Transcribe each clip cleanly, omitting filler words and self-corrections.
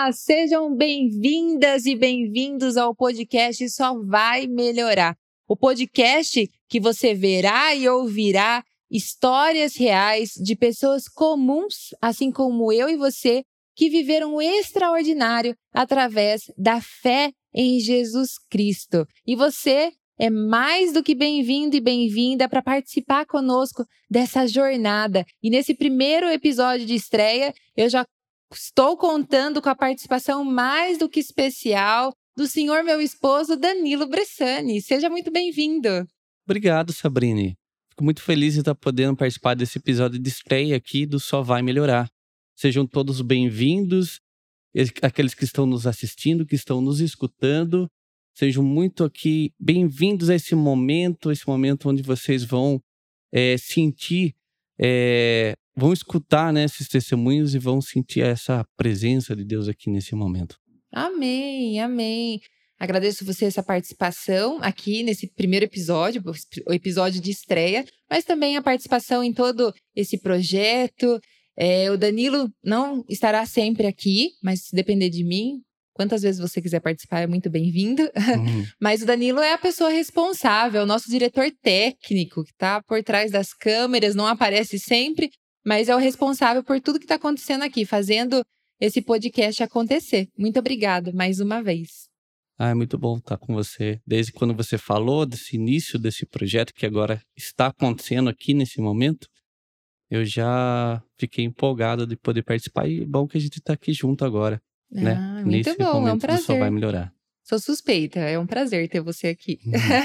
Olá, sejam bem-vindas e bem-vindos ao podcast Só Vai Melhorar. O podcast que você verá e ouvirá histórias reais de pessoas comuns, assim como eu e você, que viveram o extraordinário através da fé em Jesus Cristo. E você é mais do que bem-vindo e bem-vinda para participar conosco dessa jornada. E nesse primeiro episódio de estreia, eu já estou contando com a participação mais do que especial do senhor meu esposo, Danilo Bressani. Seja muito bem-vindo. Obrigado, Sabrine. Fico muito feliz de estar podendo participar desse episódio de estreia aqui do Só Vai Melhorar. Sejam todos bem-vindos, aqueles que estão nos assistindo, que estão nos escutando. Sejam muito aqui bem-vindos a esse momento onde vocês vão sentir, vão escutar, né, esses testemunhos e vão sentir essa presença de Deus aqui nesse momento. Amém, amém. Agradeço você essa participação aqui nesse primeiro episódio, o episódio de estreia, mas também a participação em todo esse projeto. O Danilo não estará sempre aqui, mas se depender de mim, quantas vezes você quiser participar é muito bem-vindo. Mas o Danilo é a pessoa responsável, o nosso diretor técnico, que está por trás das câmeras, não aparece sempre, mas é o responsável por tudo que está acontecendo aqui, fazendo esse podcast acontecer. Muito obrigada mais uma vez. É muito bom estar com você. Desde quando você falou desse início desse projeto que agora está acontecendo aqui nesse momento, eu já fiquei empolgado de poder participar e é bom que a gente está aqui junto agora, né? Muito Nesse bom, momento é um do Só prazer. Vai Melhorar. Sou suspeita, é um prazer ter você aqui.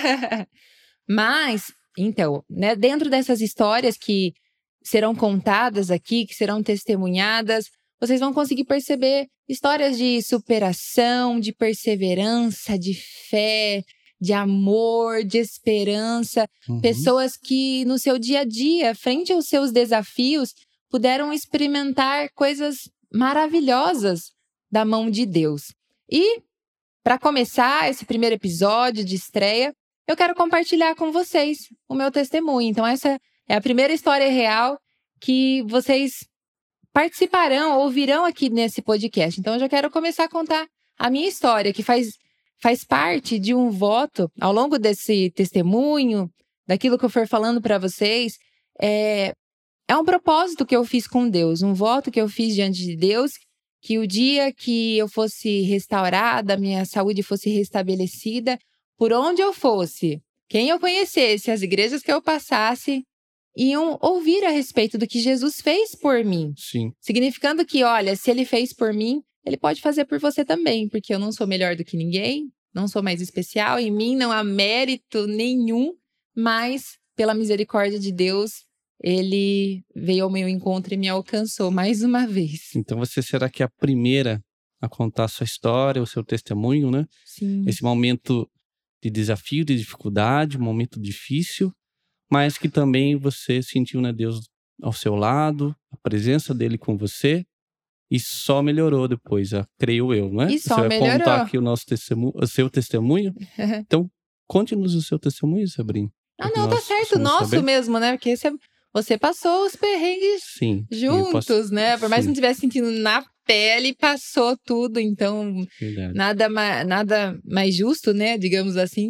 Mas, então, né, dentro dessas histórias que serão contadas aqui, que serão testemunhadas, vocês vão conseguir perceber histórias de superação, de perseverança, de fé, de amor, de esperança. Pessoas que no seu dia a dia, frente aos seus desafios, puderam experimentar coisas maravilhosas da mão de Deus. E, para começar esse primeiro episódio de estreia, eu quero compartilhar com vocês o meu testemunho. Então, essa é a primeira história real que vocês participarão, ouvirão aqui nesse podcast. Então, eu já quero começar a contar a minha história, que faz parte de um voto ao longo desse testemunho, daquilo que eu for falando para vocês. É um propósito que eu fiz com Deus, um voto que eu fiz diante de Deus, que o dia que eu fosse restaurada, minha saúde fosse restabelecida, por onde eu fosse, quem eu conhecesse, as igrejas que eu passasse, iam ouvir a respeito do que Jesus fez por mim. Sim. Significando que, olha, se ele fez por mim, ele pode fazer por você também, porque eu não sou melhor do que ninguém, não sou mais especial, em mim não há mérito nenhum, mas pela misericórdia de Deus, ele veio ao meu encontro e me alcançou mais uma vez. Então você será que é a primeira a contar a sua história, o seu testemunho, né? Sim. Esse momento de desafio, de dificuldade, um momento difícil, mas que também você sentiu, né, Deus ao seu lado, a presença dele com você, e só melhorou depois, creio eu, né? E só você vai melhorou. contar aqui o seu testemunho. Então, conte-nos o seu testemunho, Sabrina. Não, tá certo, nosso mesmo, né? Porque você passou os perrengues juntos, né? Por mais que não estivesse sentindo na pele, passou tudo. Então, nada mais justo, né? Digamos assim,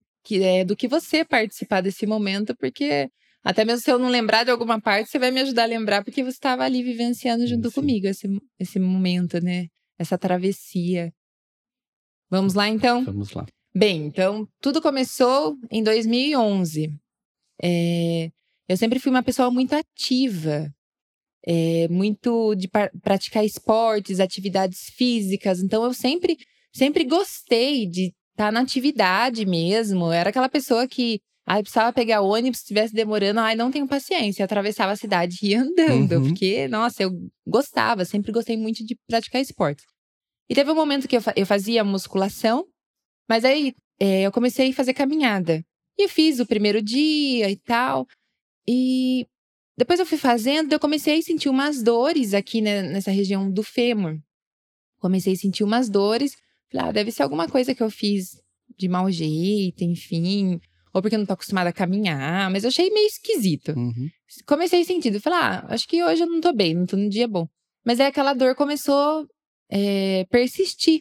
do que você participar desse momento, porque até mesmo se eu não lembrar de alguma parte, você vai me ajudar a lembrar, porque você estava ali vivenciando junto comigo esse momento, né? Essa travessia. Vamos lá, então? Vamos lá. Bem, então, tudo começou em 2011. Eu sempre fui uma pessoa muito ativa, muito de praticar esportes, atividades físicas. Então, eu sempre gostei de estar na atividade mesmo. Eu era aquela pessoa que precisava pegar ônibus, se estivesse demorando, não tenho paciência. Eu atravessava a cidade e ia andando, porque, nossa, eu gostava, sempre gostei muito de praticar esportes. E teve um momento que eu fazia musculação, mas aí eu comecei a fazer caminhada. E eu fiz o primeiro dia e tal. E depois eu fui fazendo, eu comecei a sentir umas dores aqui, né, nessa região do fêmur. Comecei a sentir umas dores. Falei, deve ser alguma coisa que eu fiz de mau jeito, enfim. Ou porque eu não tô acostumada a caminhar. Mas eu achei meio esquisito. Comecei a sentir. Falei, acho que hoje eu não tô bem, não tô num dia bom. Mas aí aquela dor começou persistir.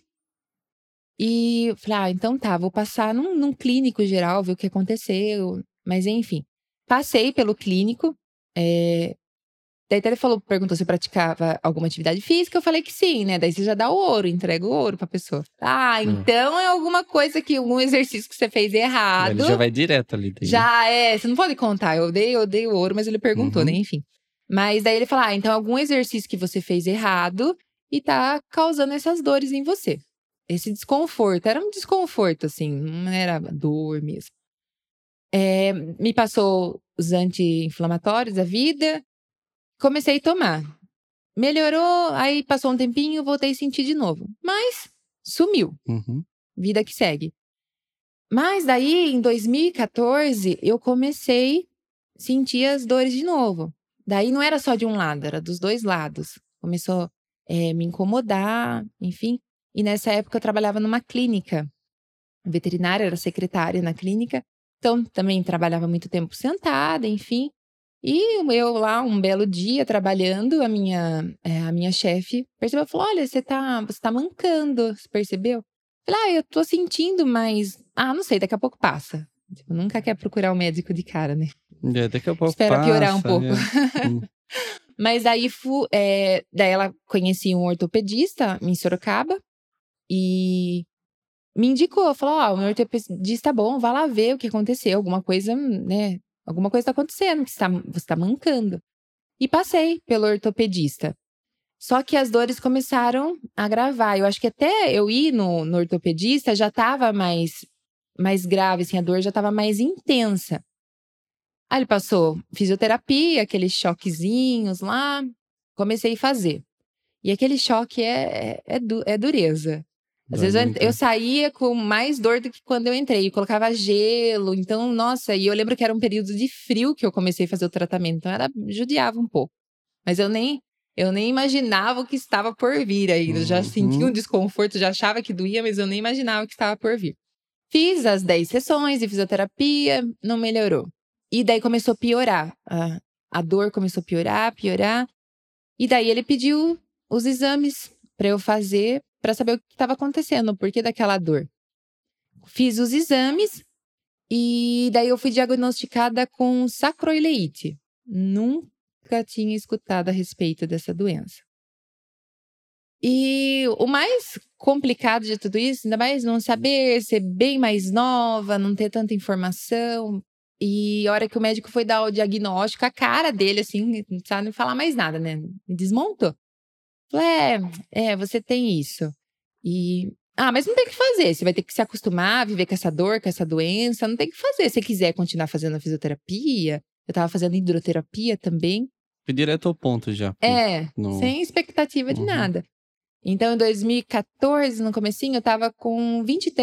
E eu falei, então tá, vou passar num clínico geral, ver o que aconteceu. Mas enfim, passei pelo clínico. Daí até ele perguntou se eu praticava alguma atividade física. Eu falei que sim, né? Daí você já dá o ouro, entrega o ouro pra pessoa. Então é alguma coisa algum exercício que você fez errado. Ele já vai direto ali. Você não pode contar. Eu dei o ouro, mas ele perguntou, né? Enfim. Mas daí ele falou, então algum exercício que você fez errado e tá causando essas dores em você. Esse desconforto. Era um desconforto, assim, não era dor mesmo. Me passou os anti-inflamatórios da vida. Comecei a tomar. Melhorou, aí passou um tempinho, voltei a sentir de novo. Mas sumiu. Vida que segue. Mas daí, em 2014, eu comecei a sentir as dores de novo. Daí não era só de um lado, era dos dois lados. Começou a me incomodar, enfim. E nessa época eu trabalhava numa clínica veterinária, era secretária na clínica. Então também trabalhava muito tempo sentada, enfim. E eu lá, um belo dia, trabalhando, a minha chefe percebeu, falou, olha, você tá mancando, você percebeu? Eu falei, eu tô sentindo, mas, não sei, daqui a pouco passa. Tipo, nunca quer procurar um médico de cara, né? Daqui a pouco Espera passa, piorar um pouco. Mas aí, daí ela conhecia um ortopedista em Sorocaba e me indicou, falou, o meu ortopedista é bom, vá lá ver o que aconteceu, alguma coisa, né? Alguma coisa tá acontecendo, que você tá mancando. E passei pelo ortopedista. Só que as dores começaram a agravar. Eu acho que até eu ir no ortopedista já tava mais grave, assim, a dor já tava mais intensa. Aí ele passou fisioterapia, aqueles choquezinhos lá. Comecei a fazer. E aquele choque é dureza. Às vezes eu saía com mais dor do que quando eu entrei. Eu colocava gelo. Então, nossa, e eu lembro que era um período de frio que eu comecei a fazer o tratamento. Então, judiava um pouco. Mas eu nem imaginava o que estava por vir ainda. Eu já sentia um desconforto, já achava que doía, mas eu nem imaginava o que estava por vir. Fiz as 10 sessões de fisioterapia, não melhorou. E daí começou a piorar. A dor começou a piorar. E daí ele pediu os exames para eu fazer, para saber o que estava acontecendo, o porquê daquela dor. Fiz os exames e daí eu fui diagnosticada com sacroileite. Nunca tinha escutado a respeito dessa doença. E o mais complicado de tudo isso, ainda mais não saber, ser bem mais nova, não ter tanta informação. E a hora que o médico foi dar o diagnóstico, a cara dele, assim, não precisava nem falar mais nada, né? Me desmontou. Falei, você tem isso. Mas não tem o que fazer. Você vai ter que se acostumar a viver com essa dor, com essa doença. Não tem o que fazer. Se você quiser continuar fazendo a fisioterapia, eu tava fazendo hidroterapia também. Fui direto ao ponto já. Sem expectativa de nada. Então, em 2014, no comecinho, eu tava com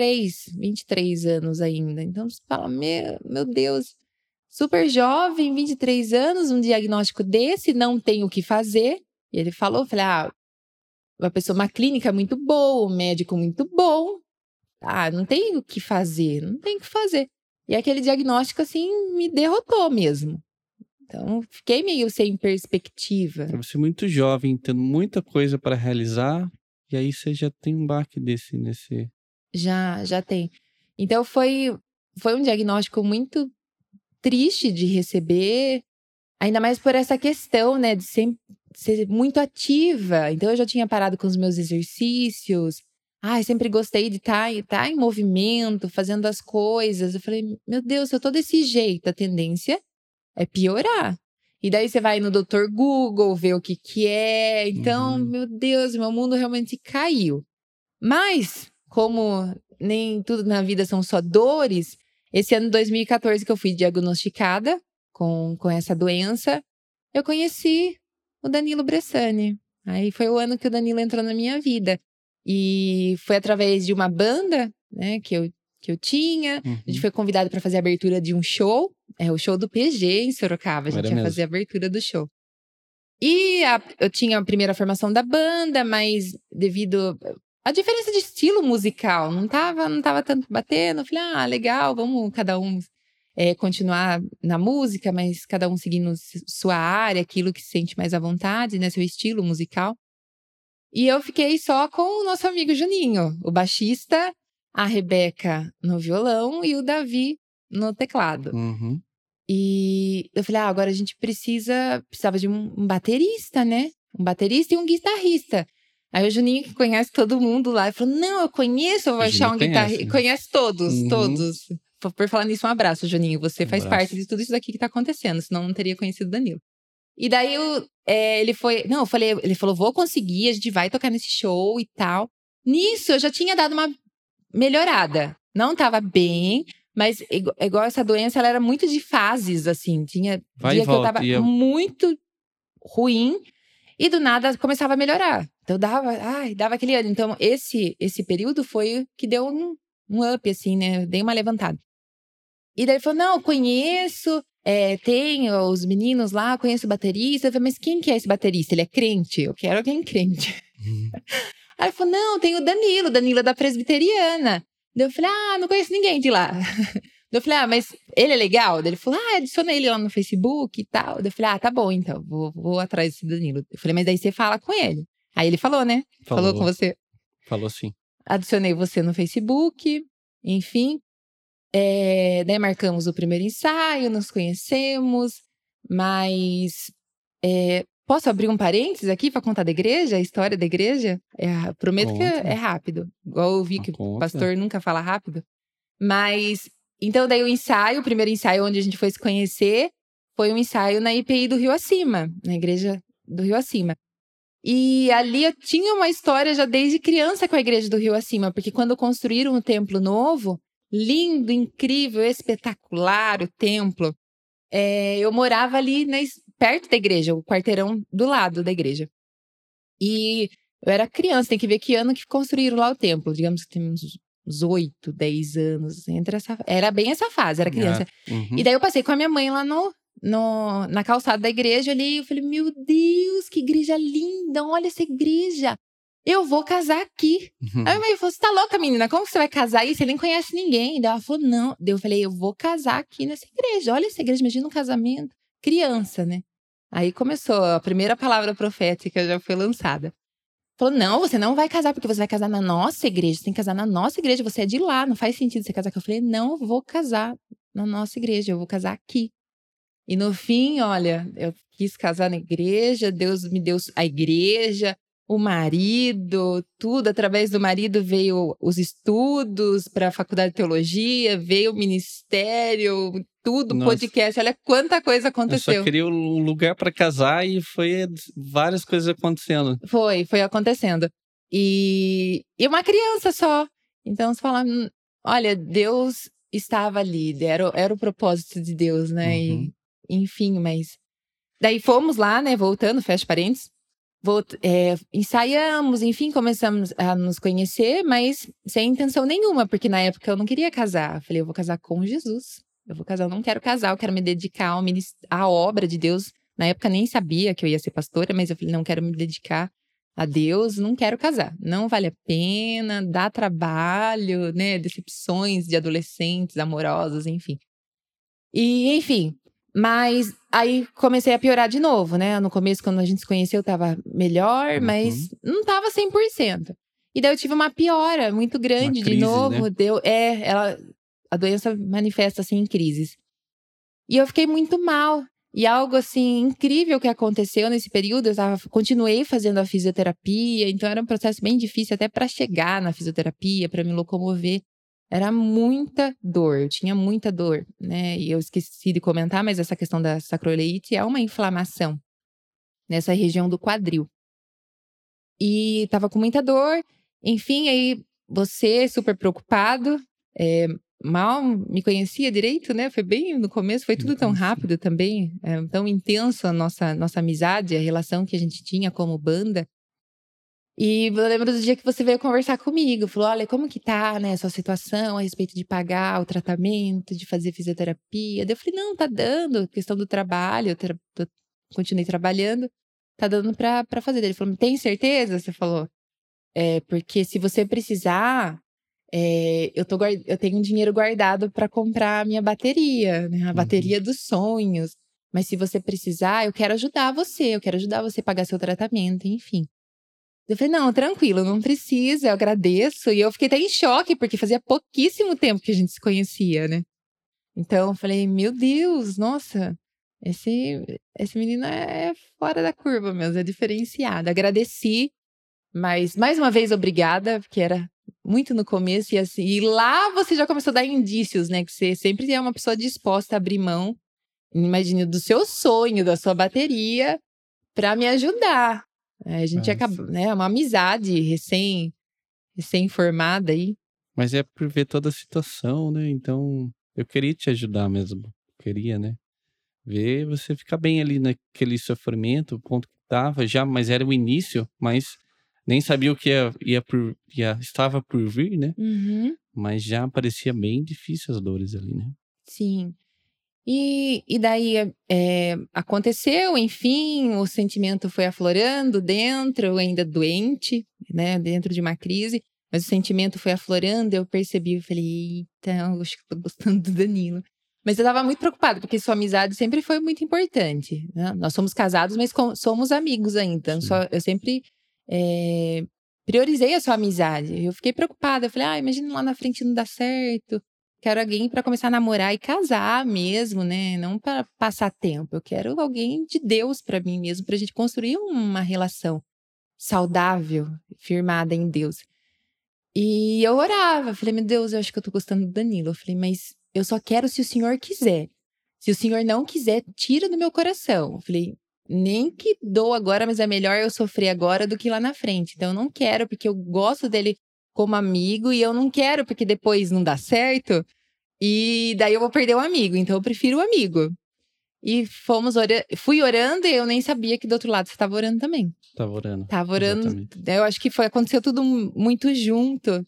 23 anos ainda. Então, você fala, meu Deus, super jovem, 23 anos, um diagnóstico desse, não tem o que fazer. E ele falou, falei, uma clínica muito boa, um médico muito bom. Não tem o que fazer, não tem o que fazer. E aquele diagnóstico, assim, me derrotou mesmo. Então, fiquei meio sem perspectiva. Você é muito jovem, tendo muita coisa para realizar, e aí você já tem um baque nesse... Já tem. Então, foi um diagnóstico muito triste de receber, ainda mais por essa questão, né, de sempre ser muito ativa. Então, eu já tinha parado com os meus exercícios. Eu sempre gostei de estar em movimento, fazendo as coisas. Eu falei, meu Deus, se eu tô desse jeito, a tendência é piorar. E daí você vai no Dr. Google, ver o que é. Então, meu Deus, meu mundo realmente caiu. Mas, como nem tudo na vida são só dores, esse ano 2014 que eu fui diagnosticada com essa doença, eu conheci o Danilo Bressani. Aí foi o ano que o Danilo entrou na minha vida. E foi através de uma banda, né, que eu tinha. A gente foi convidado para fazer a abertura de um show. O show do PG em Sorocaba. A gente ia fazer a abertura do show. E eu tinha a primeira formação da banda, mas devido à diferença de estilo musical, não tava tanto batendo. Eu falei, legal, vamos cada um continuar na música, mas cada um seguindo sua área, aquilo que se sente mais à vontade, né, seu estilo musical. E eu fiquei só com o nosso amigo Juninho, o baixista, a Rebeca no violão e o Davi no teclado. Uhum. E eu falei, agora a gente precisava de um baterista, né? Um baterista e um guitarrista. Aí o Juninho, que conhece todo mundo lá, falou, não, eu conheço, eu vou achar um guitarrista. Conhece todos, todos. Por falar nisso, um abraço, Juninho. Você faz parte de tudo isso daqui que tá acontecendo, senão eu não teria conhecido o Danilo. E daí ele falou, vou conseguir, a gente vai tocar nesse show e tal. Nisso, eu já tinha dado uma melhorada. Não tava bem, mas igual essa doença, ela era muito de fases, assim. Tinha dia que eu tava muito ruim e do nada começava a melhorar. Então dava aquele ano. Então esse período foi o que deu um up, assim, né? Dei uma levantada. E daí ele falou, não, eu conheço, tem os meninos lá, conheço o baterista. Eu falei, mas quem que é esse baterista? Ele é crente? Eu quero alguém crente. Aí ele falou, não, tem o Danilo é da Presbiteriana. Daí eu falei, não conheço ninguém de lá. Daí eu falei, mas ele é legal? Daí ele falou, adiciona ele lá no Facebook e tal. Daí eu falei, tá bom, então, vou atrás desse Danilo. Eu falei, mas daí você fala com ele. Aí ele falou, né? Falou com você. Falou sim. Adicionei você no Facebook, enfim. Daí marcamos o primeiro ensaio, nos conhecemos, mas posso abrir um parênteses aqui para contar da igreja, a história da igreja? Prometo que é rápido, igual eu vi que o pastor nunca fala rápido. Mas, então daí o primeiro ensaio onde a gente foi se conhecer, foi um ensaio na IPI do Rio Acima, na igreja do Rio Acima. E ali eu tinha uma história já desde criança com a igreja do Rio Acima, porque quando construíram o templo novo, lindo, incrível, espetacular o templo. Eu morava ali perto da igreja, o quarteirão do lado da igreja. E eu era criança, tem que ver que ano que construíram lá o templo. Digamos que tem uns 8, 10 anos. Era bem essa fase, era criança. E daí eu passei com a minha mãe lá na calçada da igreja ali. Eu falei, meu Deus, que igreja linda, olha essa igreja. Eu vou casar aqui. Aí a mãe falou, você tá louca, menina? Como que você vai casar aí? Você nem conhece ninguém. Daí ela falou, não. Daí eu falei, eu vou casar aqui nessa igreja. Olha essa igreja, imagina um casamento. Criança, né? Aí começou, a primeira palavra profética já foi lançada. Falou, não, você não vai casar, porque você vai casar na nossa igreja. Você tem que casar na nossa igreja, você é de lá, não faz sentido você casar aqui. Eu falei, não, eu vou casar na nossa igreja, eu vou casar aqui. E no fim, olha, eu quis casar na igreja, Deus me deu a igreja, o marido, tudo. Através do marido veio os estudos para a faculdade de teologia, veio o ministério, tudo, podcast. Olha quanta coisa aconteceu. Eu só queria um lugar para casar e foi várias coisas acontecendo. Foi acontecendo. E uma criança só. Então você fala, olha, Deus estava ali, era o propósito de Deus, né? E, enfim, mas daí fomos lá, né? Voltando, fecha parênteses. Ensaiamos, enfim, começamos a nos conhecer, mas sem intenção nenhuma, porque na época eu não queria casar. Eu falei, eu vou casar com Jesus. Eu não quero casar, eu quero me dedicar à obra de Deus. Na época nem sabia que eu ia ser pastora, mas eu falei, não quero me dedicar a Deus, não quero casar. Não vale a pena, dá trabalho, né? Decepções de adolescentes, amorosos, enfim. E, enfim, mas aí comecei a piorar de novo, né? No começo, quando a gente se conheceu, tava melhor, mas não tava 100%. E daí eu tive uma piora muito grande crise, de novo. Né? A doença manifesta assim em crises. E eu fiquei muito mal. E algo assim incrível que aconteceu nesse período, continuei fazendo a fisioterapia, então era um processo bem difícil até para chegar na fisioterapia, para me locomover. Era muita dor, eu tinha muita dor, né? E eu esqueci de comentar, mas essa questão da sacroileite é uma inflamação nessa região do quadril. E tava com muita dor, enfim, aí você super preocupado, mal me conhecia direito, né? Foi bem no começo, foi tudo tão rápido também, tão intenso a nossa amizade, a relação que a gente tinha como banda. E eu lembro do dia que você veio conversar comigo, falou, olha, como que tá, né, a sua situação a respeito de pagar o tratamento, de fazer fisioterapia. Daí eu falei, não, tá dando, questão do trabalho, eu continuei trabalhando, tá dando pra fazer. Daí ele falou, tem certeza? Você falou, porque se você precisar, eu tenho um dinheiro guardado pra comprar a minha bateria, né, a bateria dos sonhos. Mas se você precisar, eu quero ajudar você a pagar seu tratamento, enfim. Eu falei, não, tranquilo, não precisa, eu agradeço. E eu fiquei até em choque, porque fazia pouquíssimo tempo que a gente se conhecia, né? Então, eu falei, meu Deus, nossa, esse menino é fora da curva mesmo, é diferenciado. Agradeci, mas mais uma vez, obrigada, porque era muito no começo. E, assim, e lá você já começou a dar indícios, né? Que você sempre é uma pessoa disposta a abrir mão, imagine, do seu sonho, da sua bateria, para me ajudar. A gente acabou, né? Uma amizade recém-formada aí. Mas é por ver toda a situação, né? Então, eu queria te ajudar mesmo. Queria, né? Ver você ficar bem ali naquele sofrimento, o ponto que tava já, mas era o início, mas nem sabia o que estava por vir, né? Uhum. Mas já parecia bem difícil as dores ali, né? Sim. E daí aconteceu, enfim, o sentimento foi aflorando dentro, eu ainda doente, né, dentro de uma crise, mas o sentimento foi aflorando, eu percebi, eu falei, eita, eu acho que eu tô gostando do Danilo. Mas eu tava muito preocupada, porque sua amizade sempre foi muito importante, né? Nós somos casados, mas somos amigos ainda. Eu sempre priorizei a sua amizade. Eu fiquei preocupada, eu falei, imagina lá na frente não dá certo. Quero alguém para começar a namorar e casar mesmo, né? Não para passar tempo. Eu quero alguém de Deus para mim mesmo, para a gente construir uma relação saudável, firmada em Deus. E eu orava, falei, meu Deus, eu acho que eu tô gostando do Danilo. Eu falei, mas eu só quero se o Senhor quiser. Se o Senhor não quiser, tira do meu coração. Eu falei, nem que dou agora, mas é melhor eu sofrer agora do que lá na frente. Então eu não quero, porque eu gosto dele como amigo, e eu não quero, porque depois não dá certo. E daí eu vou perder o amigo, então eu prefiro o amigo. E fui orando e eu nem sabia que do outro lado você estava orando também. Tava orando. Exatamente. Eu acho que aconteceu tudo muito junto.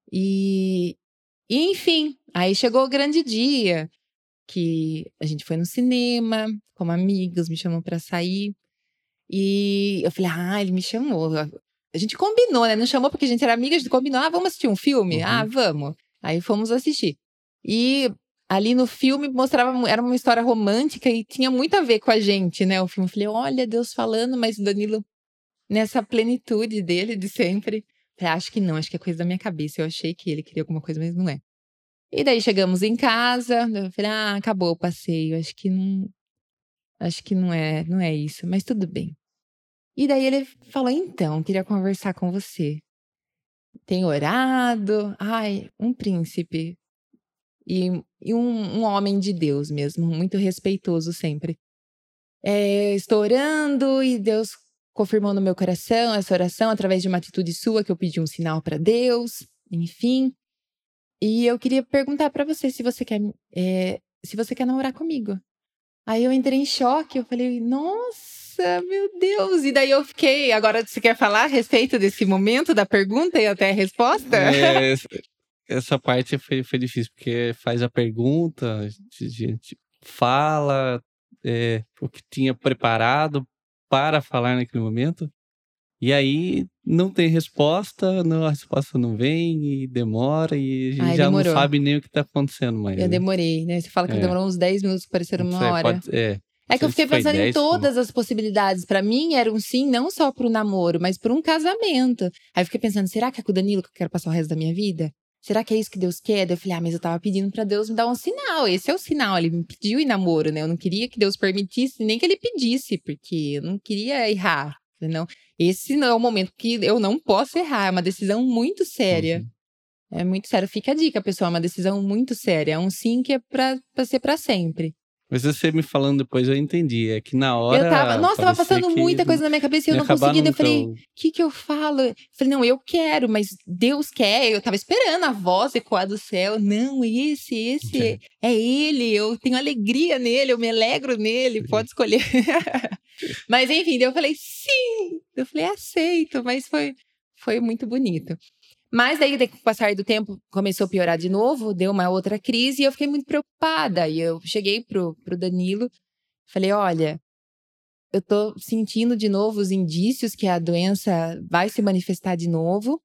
E enfim, aí chegou o grande dia que a gente foi no cinema, como amigos, me chamou pra sair. E eu falei, ele me chamou. A gente combinou, né? Não chamou porque a gente era amiga, a gente combinou, vamos assistir um filme? Vamos. Aí fomos assistir. E ali no filme mostrava, era uma história romântica e tinha muito a ver com a gente, né? O filme, eu falei, olha, Deus falando, mas o Danilo nessa plenitude dele de sempre. Falei, acho que não, acho que é coisa da minha cabeça. Eu achei que ele queria alguma coisa, mas não é. E daí chegamos em casa, eu falei, acabou o passeio, acho que não é isso, mas tudo bem. E daí ele falou, então, queria conversar com você. Tem orado, um príncipe. E um homem de Deus mesmo, muito respeitoso sempre. Estou orando e Deus confirmou no meu coração essa oração através de uma atitude sua que eu pedi um sinal para Deus, enfim. E eu queria perguntar para você se você quer namorar comigo. Aí eu entrei em choque, eu falei, nossa, meu Deus. E daí eu fiquei, agora você quer falar a respeito desse momento da pergunta e até a resposta? Essa parte foi difícil, porque faz a pergunta, a gente fala o que tinha preparado para falar naquele momento, e aí não tem resposta, a resposta não vem, e demora, e a gente já demorou. não sabe nem o que tá acontecendo mais. Eu demorei, né? Você fala que demorou uns 10 minutos, que pareceram uma hora. É que eu fiquei pensando em todas as possibilidades. Pra mim, era um sim, não só pro namoro, mas pro um casamento. Aí eu fiquei pensando, será que é com o Danilo que eu quero passar o resto da minha vida? Será que é isso que Deus quer? Daí eu falei, mas eu tava pedindo pra Deus me dar um sinal. Esse é o sinal, ele me pediu em namoro, né? Eu não queria que Deus permitisse, nem que ele pedisse, porque eu não queria errar. Não, esse não é o momento que eu não posso errar, é uma decisão muito séria. É muito sério. Fica a dica, pessoal, é uma decisão muito séria. É um sim que é pra ser pra sempre. Mas você me falando depois, eu entendi. É que na hora. Tava passando muita coisa na minha cabeça e eu não conseguia. Eu falei, o que eu falo? Eu falei, não, eu quero, mas Deus quer. Eu tava esperando a voz ecoar do céu. Não, esse é ele. Eu tenho alegria nele, eu me alegro nele, pode escolher. Mas enfim, daí eu falei, sim. Eu falei, aceito, mas foi muito bonito. Mas daí, com o passar do tempo, começou a piorar de novo, deu uma outra crise e eu fiquei muito preocupada. E eu cheguei pro Danilo, falei, olha, eu tô sentindo de novo os indícios que a doença vai se manifestar de novo.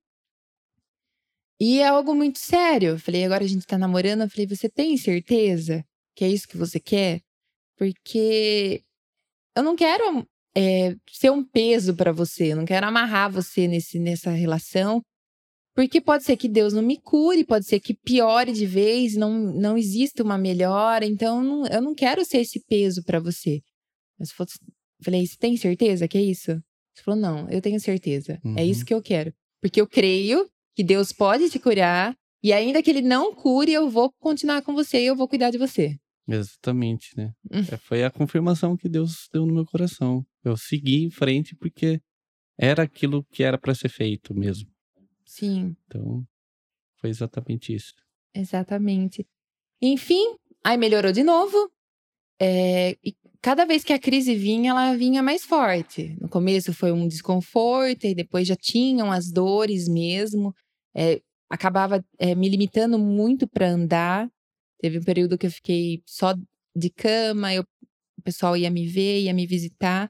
E é algo muito sério. Eu falei, agora a gente tá namorando. Eu falei, você tem certeza que é isso que você quer? Porque eu não quero ser um peso para você, não quero amarrar você nessa relação. Porque pode ser que Deus não me cure, pode ser que piore de vez, não exista uma melhora. Então, eu não quero ser esse peso para você. Eu falei, você tem certeza que é isso? Você falou, não, eu tenho certeza. É isso que eu quero. Porque eu creio que Deus pode te curar. E ainda que Ele não cure, eu vou continuar com você e eu vou cuidar de você. Exatamente, né? Foi a confirmação que Deus deu no meu coração. Eu segui em frente porque era aquilo que era para ser feito mesmo. Sim. Então, foi exatamente isso. Exatamente. Enfim, aí melhorou de novo. E cada vez que a crise vinha, ela vinha mais forte. No começo foi um desconforto, e depois já tinham as dores mesmo. Acabava me limitando muito para andar. Teve um período que eu fiquei só de cama, o pessoal ia me ver, ia me visitar.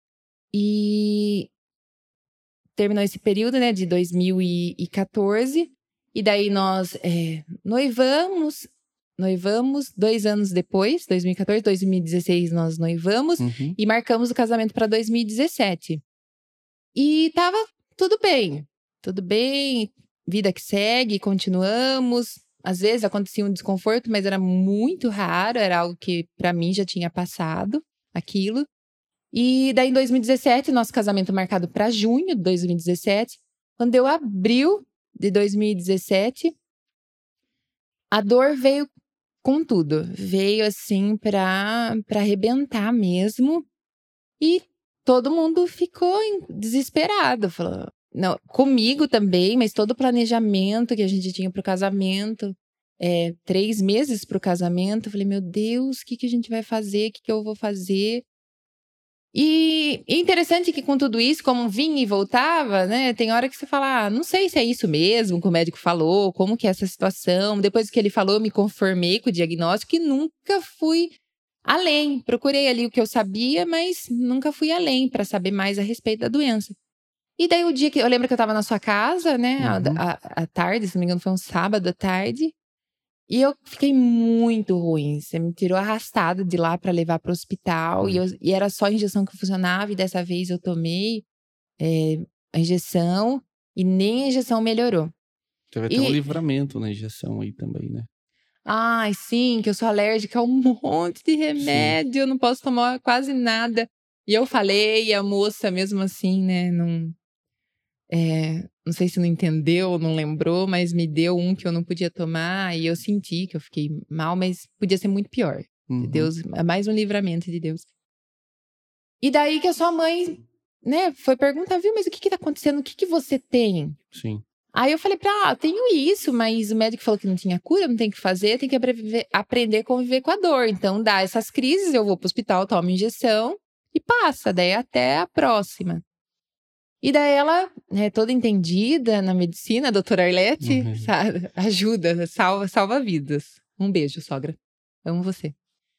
E terminou esse período, né, de 2014. E daí nós noivamos 2 anos depois, 2014, 2016 nós noivamos e marcamos o casamento para 2017. E tava tudo bem, vida que segue, continuamos. Às vezes acontecia um desconforto, mas era muito raro, era algo que para mim já tinha passado, aquilo. E daí em 2017, nosso casamento marcado para junho de 2017, quando deu abril de 2017, a dor veio com tudo. Veio assim para arrebentar mesmo. E todo mundo ficou desesperado. Falou, não, comigo também, mas todo o planejamento que a gente tinha pro casamento, 3 meses pro casamento, eu falei, meu Deus, o que a gente vai fazer? O que eu vou fazer? E interessante que com tudo isso, como vinha e voltava, né? Tem hora que você fala, não sei se é isso mesmo que o médico falou, como que é essa situação. Depois que ele falou, eu me conformei com o diagnóstico e nunca fui além. Procurei ali o que eu sabia, mas nunca fui além para saber mais a respeito da doença. E daí o dia que eu lembro que eu estava na sua casa, né? À tarde, se não me engano, foi um sábado à tarde. E eu fiquei muito ruim. Você me tirou arrastada de lá para levar para o hospital. E era só a injeção que funcionava. E dessa vez eu tomei a injeção e nem a injeção melhorou. Teve até um livramento na injeção aí também, né? Ai, sim, que eu sou alérgica a um monte de remédio. Sim. Eu não posso tomar quase nada. E eu falei, e a moça mesmo assim, né, não sei se não entendeu, não lembrou, mas me deu um que eu não podia tomar. E eu senti que eu fiquei mal, mas podia ser muito pior. Deus, é mais um livramento de Deus. E daí que a sua mãe, né, foi perguntar, viu, mas o que tá acontecendo? O que você tem? Sim. Aí eu falei pra ela, tenho isso, mas o médico falou que não tinha cura, não tem o que fazer, tem que aprender a conviver com a dor. Então dá essas crises, eu vou pro hospital, tomo injeção e passa, daí até a próxima. E daí ela, toda entendida na medicina, a doutora Arlete, sabe, ajuda, salva vidas. Um beijo, sogra. Amo você.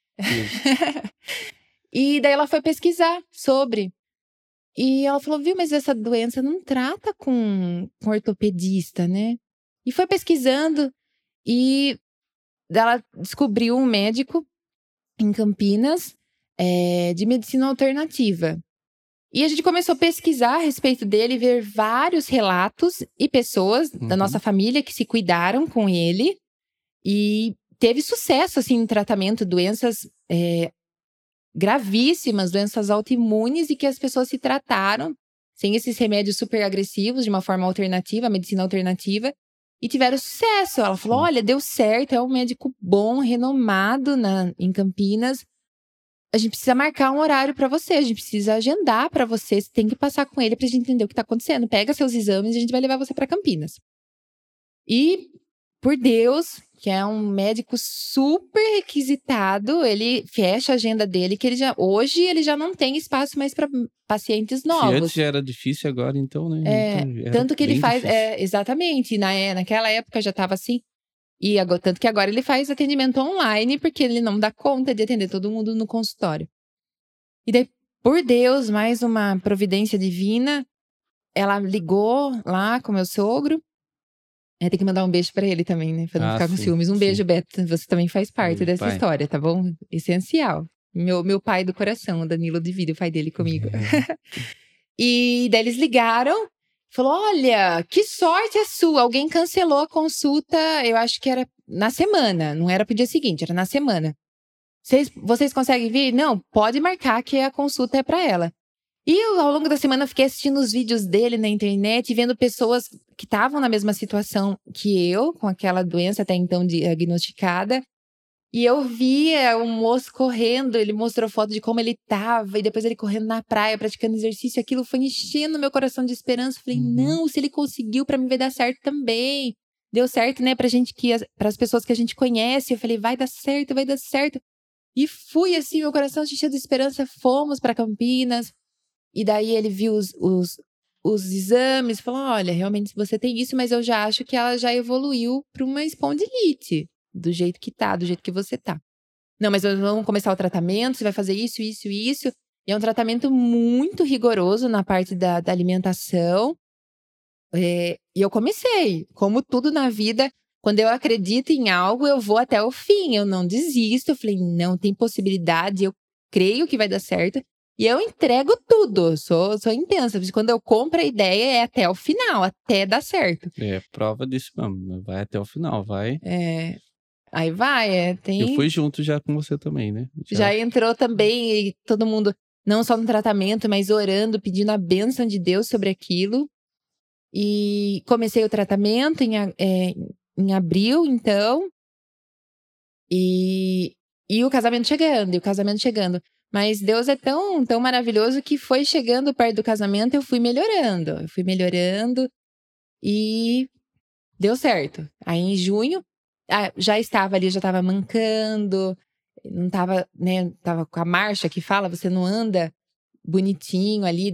E daí ela foi pesquisar sobre. E ela falou, viu, mas essa doença não trata com ortopedista, né? E foi pesquisando e ela descobriu um médico em Campinas de medicina alternativa. E a gente começou a pesquisar a respeito dele, ver vários relatos e pessoas da nossa família que se cuidaram com ele. E teve sucesso, assim, no tratamento de doenças gravíssimas, doenças autoimunes, e que as pessoas se trataram sem esses remédios super agressivos, de uma forma alternativa, a medicina alternativa, e tiveram sucesso. Ela falou, olha, deu certo, é um médico bom, renomado em Campinas. A gente precisa marcar um horário pra você, a gente precisa agendar pra você, você tem que passar com ele pra gente entender o que tá acontecendo. Pega seus exames e a gente vai levar você pra Campinas. E, por Deus, que é um médico super requisitado, ele fecha a agenda dele, que hoje ele já não tem espaço mais pra pacientes novos. Se antes já era difícil, agora então, né? Então, tanto que ele faz, exatamente, naquela época já tava assim. E tanto que agora ele faz atendimento online, porque ele não dá conta de atender todo mundo no consultório. E daí, por Deus, mais uma providência divina, ela ligou lá com meu sogro. Tem que mandar um beijo pra ele também, né? Pra não ficar com ciúmes. Um beijo, Beto. Você também faz parte dessa história, tá bom? Essencial. Meu pai do coração, o Danilo divide o pai dele comigo. E daí eles ligaram, falou: olha, que sorte é sua, alguém cancelou a consulta, eu acho que era na semana, não era pro dia seguinte, era na semana. Vocês conseguem vir? Não, pode marcar que a consulta é pra ela. E eu, ao longo da semana, fiquei assistindo os vídeos dele na internet, vendo pessoas que estavam na mesma situação que eu, com aquela doença até então diagnosticada. E eu via um moço correndo, ele mostrou foto de como ele tava, e depois ele correndo na praia, praticando exercício. Aquilo foi enchendo meu coração de esperança. Falei, não, se ele conseguiu, pra mim vai dar certo também. Deu certo, né, pras pessoas que a gente conhece. Eu falei, vai dar certo, vai dar certo. E fui assim, meu coração cheio de esperança. Fomos pra Campinas. E daí ele viu os exames, falou, olha, realmente você tem isso, mas eu já acho que ela já evoluiu pra uma espondilite. Do jeito que tá, do jeito que você tá. Não, mas vamos começar o tratamento, você vai fazer isso, isso, isso. E é um tratamento muito rigoroso na parte da alimentação. E eu comecei, como tudo na vida, quando eu acredito em algo, eu vou até o fim, eu não desisto. Eu falei, não tem possibilidade, eu creio que vai dar certo. E eu entrego tudo, sou intensa. Quando eu compro a ideia, é até o final, até dar certo. É prova disso mesmo, vai até o final, vai. Aí vai, tem... Eu fui junto já com você também, né? Já entrou também, e todo mundo, não só no tratamento, mas orando, pedindo a bênção de Deus sobre aquilo. E comecei o tratamento em abril, então. E o casamento chegando, Mas Deus é tão, tão maravilhoso que foi chegando perto do casamento, eu fui melhorando. E deu certo. Aí em junho, já estava ali, já estava mancando. Não estava, né? Tava com a marcha que fala, você não anda bonitinho ali,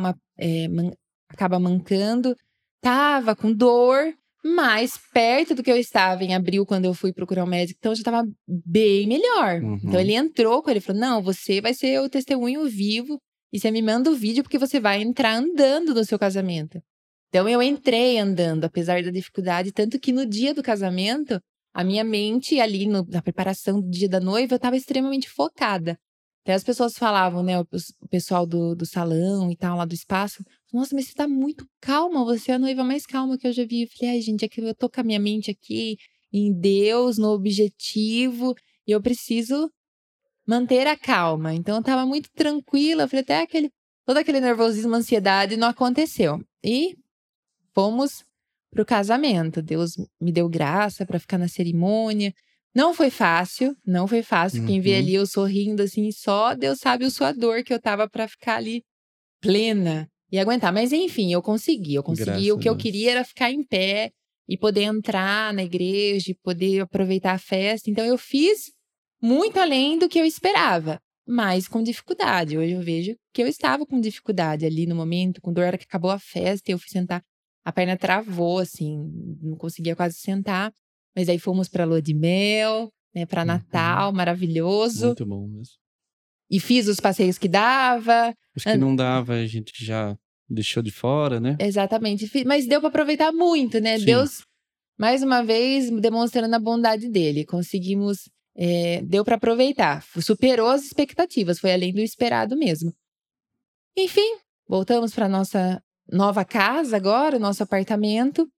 acaba mancando. Tava com dor, mas perto do que eu estava em abril, quando eu fui procurar um médico, então eu já estava bem melhor. Então ele entrou com ele, falou, não, você vai ser o testemunho vivo e você me manda o vídeo porque você vai entrar andando no seu casamento. Então eu entrei andando, apesar da dificuldade, tanto que no dia do casamento, a minha mente ali na preparação do dia da noiva, eu estava extremamente focada. Até as pessoas falavam, né, o pessoal do salão e tal, lá do espaço, nossa, mas você tá muito calma, você é a noiva mais calma que eu já vi. Eu falei, ai gente, é que eu tô com a minha mente aqui em Deus, no objetivo, e eu preciso manter a calma. Então eu tava muito tranquila, eu falei, até todo aquele nervosismo, ansiedade não aconteceu. E fomos pro casamento. Deus me deu graça para ficar na cerimônia. Não foi fácil. Quem vê ali eu sorrindo assim, só Deus sabe o suador que eu tava para ficar ali plena e aguentar. Mas enfim, eu consegui. Graças O que eu queria era ficar em pé e poder entrar na igreja e poder aproveitar a festa. Então eu fiz muito além do que eu esperava, mas com dificuldade. Hoje eu vejo que eu estava com dificuldade ali no momento, com dor, era que acabou a festa e eu fui sentar. A perna travou, assim, não conseguia quase sentar. Mas aí fomos pra lua de mel, né, pra Natal, maravilhoso. Muito bom mesmo. E fiz os passeios que dava. Os que não dava, a gente já deixou de fora, né? Exatamente. Mas deu pra aproveitar muito, né? Sim. Deus, mais uma vez, demonstrando a bondade dele. Conseguimos, deu pra aproveitar. Superou as expectativas, foi além do esperado mesmo. Enfim, voltamos pra nossa nova casa agora, nosso apartamento.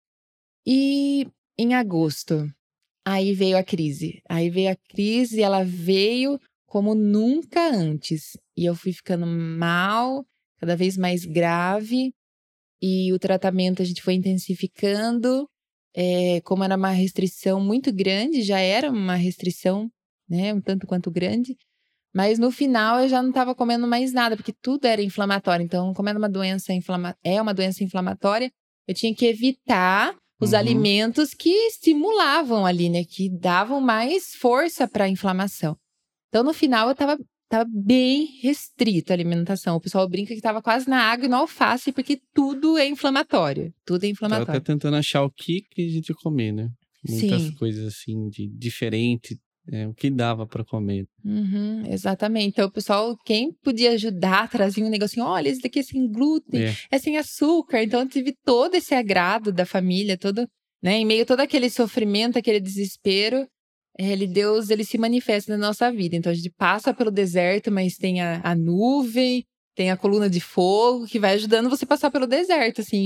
E em agosto, aí veio a crise. Ela veio como nunca antes. E eu fui ficando mal, cada vez mais grave. E o tratamento a gente foi intensificando. Como era uma restrição muito grande, já era uma restrição, né, um tanto quanto grande. Mas no final eu já não estava comendo mais nada, porque tudo era inflamatório. Então, como era uma doença inflamatória, eu tinha que evitar os alimentos que estimulavam ali, né? Que davam mais força para a inflamação. Então, no final, eu tava bem restrito a alimentação. O pessoal brinca que tava quase na água e no alface, porque tudo é inflamatório. Tudo é inflamatório. Tava até tentando achar o que a gente ia comer, né? Muitas Sim. coisas assim, de diferente. O que dava para comer. Exatamente. Então, o pessoal, quem podia ajudar, trazia um negocinho. Olha, esse daqui é sem glúten, é sem açúcar. Então, eu tive todo esse agrado da família, todo, né? Em meio a todo aquele sofrimento, aquele desespero, Deus, ele se manifesta na nossa vida. Então a gente passa pelo deserto, mas tem a nuvem, tem a coluna de fogo que vai ajudando você a passar pelo deserto, assim,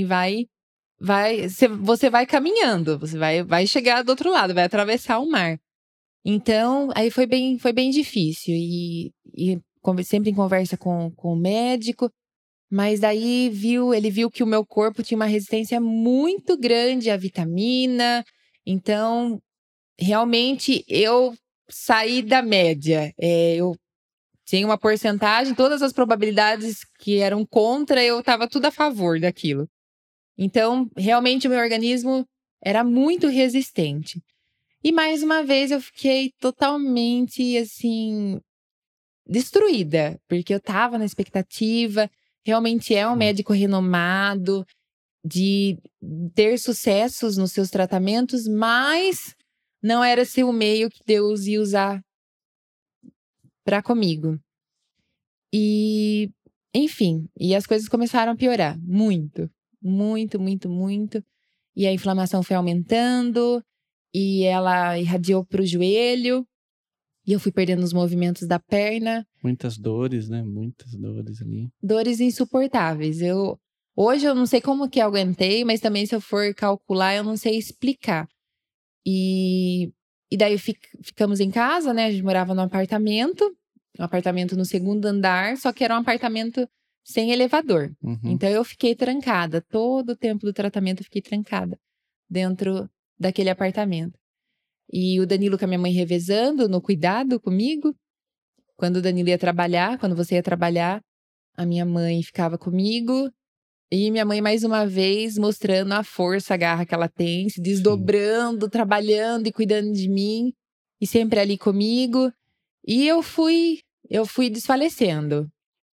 você vai caminhando, você vai chegar do outro lado, vai atravessar o mar. Então, aí foi bem difícil. Sempre em conversa com o médico, mas daí ele viu que o meu corpo tinha uma resistência muito grande à vitamina. Então, realmente, eu saí da média. Eu tinha uma porcentagem, todas as probabilidades que eram contra, eu estava tudo a favor daquilo. Então, realmente, o meu organismo era muito resistente. E mais uma vez eu fiquei totalmente, assim, destruída, porque eu tava na expectativa, realmente é um médico renomado, de ter sucessos nos seus tratamentos, mas não era ser o meio que Deus ia usar pra comigo. E, enfim, e as coisas começaram a piorar, muito, muito, muito, muito. E a inflamação foi aumentando, e ela irradiou pro joelho. E eu fui perdendo os movimentos da perna. Muitas dores, né? Muitas dores ali. Dores insuportáveis. Hoje eu não sei como que eu aguentei, mas também se eu for calcular, eu não sei explicar. E daí ficamos em casa, né? A gente morava num apartamento no segundo andar, só que era um apartamento sem elevador. Uhum. Então eu fiquei trancada. Todo o tempo do tratamento eu fiquei trancada dentro daquele apartamento. E o Danilo com a minha mãe revezando no cuidado comigo. Quando o Danilo ia trabalhar, quando você ia trabalhar, a minha mãe ficava comigo. E minha mãe, mais uma vez, mostrando a força, a garra que ela tem, se desdobrando, trabalhando e cuidando de mim. E sempre ali comigo. E eu fui desfalecendo.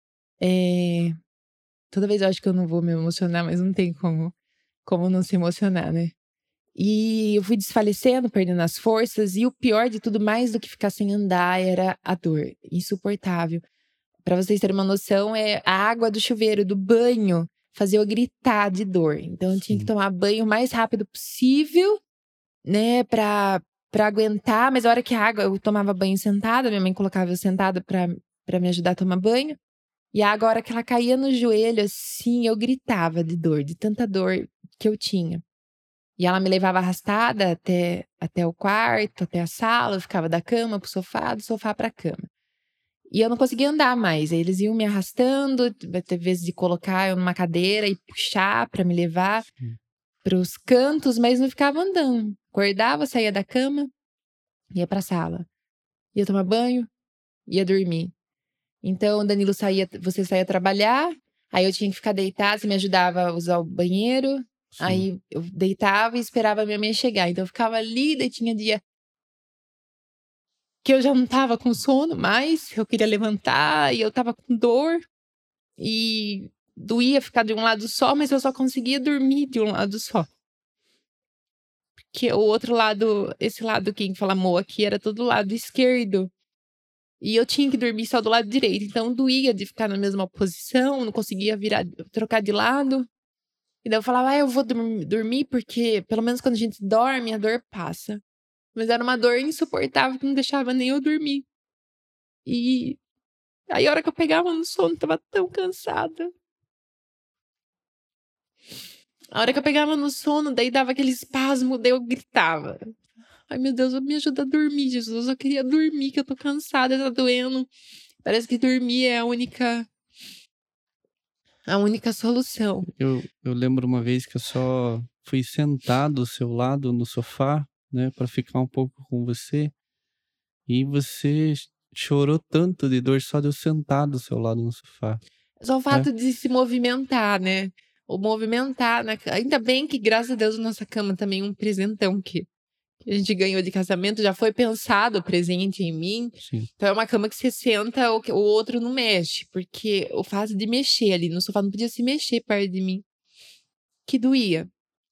Toda vez eu acho que eu não vou me emocionar, mas não tem como não se emocionar, né? E eu fui desfalecendo, perdendo as forças. E o pior de tudo, mais do que ficar sem andar, era a dor. Insuportável. Pra vocês terem uma noção, a água do chuveiro, do banho, fazia eu gritar de dor. Então eu tinha que tomar banho o mais rápido possível, né? Pra aguentar. Mas a hora que a água, eu tomava banho sentada, minha mãe colocava eu sentada pra me ajudar a tomar banho. E a água, a hora que ela caía no joelho, assim, eu gritava de dor, de tanta dor que eu tinha. E ela me levava arrastada até o quarto, até a sala. Eu ficava da cama pro sofá, do sofá pra cama. E eu não conseguia andar mais. Aí eles iam me arrastando. Teve vezes de colocar eu numa cadeira e puxar pra me levar pros cantos, mas não ficava andando. Acordava, saía da cama, ia pra sala. Ia tomar banho, ia dormir. Então o Danilo você saía trabalhar. Aí eu tinha que ficar deitada, você me ajudava a usar o banheiro. Sim. Aí eu deitava e esperava a minha mãe chegar. Então eu ficava ali, daí tinha dia que eu já não tava com sono mais, eu queria levantar e eu tava com dor. E doía ficar de um lado só, mas eu só conseguia dormir de um lado só. Porque o outro lado, esse lado que inflamou aqui, era todo lado esquerdo. E eu tinha que dormir só do lado direito. Então doía de ficar na mesma posição, não conseguia trocar de lado. E daí eu falava, eu vou dormir porque pelo menos quando a gente dorme, a dor passa. Mas era uma dor insuportável que não deixava nem eu dormir. E aí a hora que eu pegava no sono, eu tava tão cansada. A hora que eu pegava no sono, daí dava aquele espasmo, daí eu gritava. Ai, meu Deus, me ajuda a dormir, Jesus. Eu queria dormir, que eu tô cansada, tá doendo. Parece que dormir é a única solução. Eu lembro uma vez que eu só fui sentado ao seu lado no sofá, né, para ficar um pouco com você. E você chorou tanto de dor só de eu sentar do seu lado no sofá. Só o fato de se movimentar, né? O movimentar. Ainda bem que, graças a Deus, a nossa cama também é um presentão que a gente ganhou de casamento. Já foi pensado o presente em mim. Sim. Então é uma cama que você senta, o outro não mexe. Porque o fato de mexer ali no sofá, não podia se mexer perto de mim. Que doía.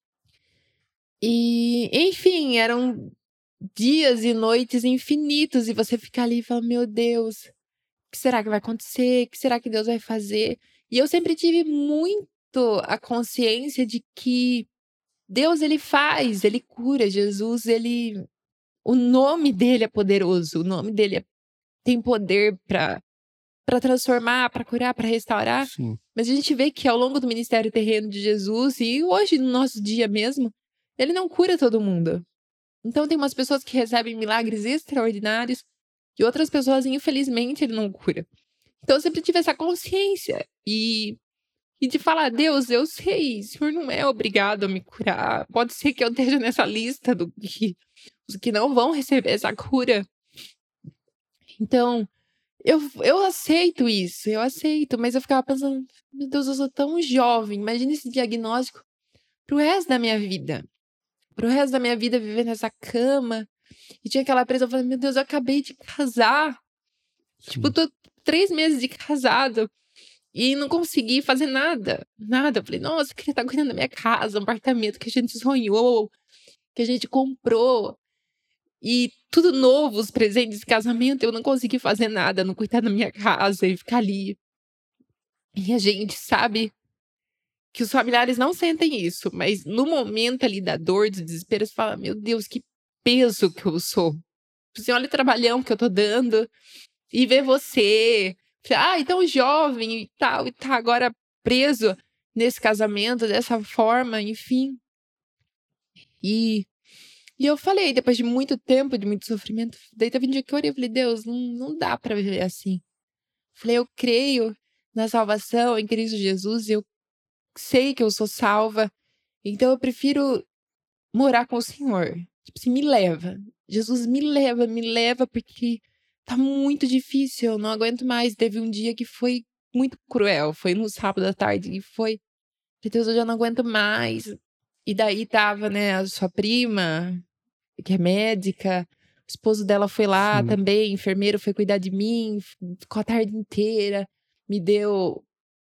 E, enfim, eram dias e noites infinitos. E você fica ali e fala, meu Deus, o que será que vai acontecer? O que será que Deus vai fazer? E eu sempre tive muito a consciência de que Deus, ele faz, ele cura. Jesus, ele o nome dele é poderoso, o nome dele tem poder para transformar, para curar, para restaurar. Sim. Mas a gente vê que ao longo do ministério terreno de Jesus e hoje no nosso dia mesmo, ele não cura todo mundo. Então tem umas pessoas que recebem milagres extraordinários e outras pessoas, infelizmente, ele não cura. Então eu sempre tive essa consciência e de falar, Deus, eu sei, o Senhor não é obrigado a me curar. Pode ser que eu esteja nessa lista os que não vão receber essa cura. Então, eu aceito isso, eu aceito. Mas eu ficava pensando, meu Deus, eu sou tão jovem. Imagina esse diagnóstico pro resto da minha vida. Pro resto da minha vida viver nessa cama. E tinha aquela presa, eu falei, meu Deus, eu acabei de casar. Sim. Tipo, tô 3 meses de casado. E não consegui fazer nada. Nada. Eu falei, nossa, eu queria estar cuidando da minha casa, um apartamento que a gente sonhou, que a gente comprou. E tudo novo, os presentes de casamento, eu não consegui fazer nada, não cuidar da minha casa e ficar ali. E a gente sabe que os familiares não sentem isso, mas no momento ali da dor, do desespero, você fala, meu Deus, que peso que eu sou. Você olha o trabalhão que eu tô dando e vê você, tão jovem e tá agora preso nesse casamento, dessa forma, enfim. E eu falei, depois de muito tempo, de muito sofrimento, daí teve um dia que eu orei, eu falei, Deus, não dá pra viver assim. Falei, eu creio na salvação em Cristo Jesus, eu sei que eu sou salva, então eu prefiro morar com o Senhor. Tipo assim, me leva. Jesus, me leva, porque tá muito difícil, eu não aguento mais. Teve um dia que foi muito cruel, foi no sábado à tarde, e foi, Deus, eu já não aguento mais. E daí tava, né, a sua prima, que é médica, o esposo dela foi lá Sim. também, enfermeiro, foi cuidar de mim, ficou a tarde inteira, me deu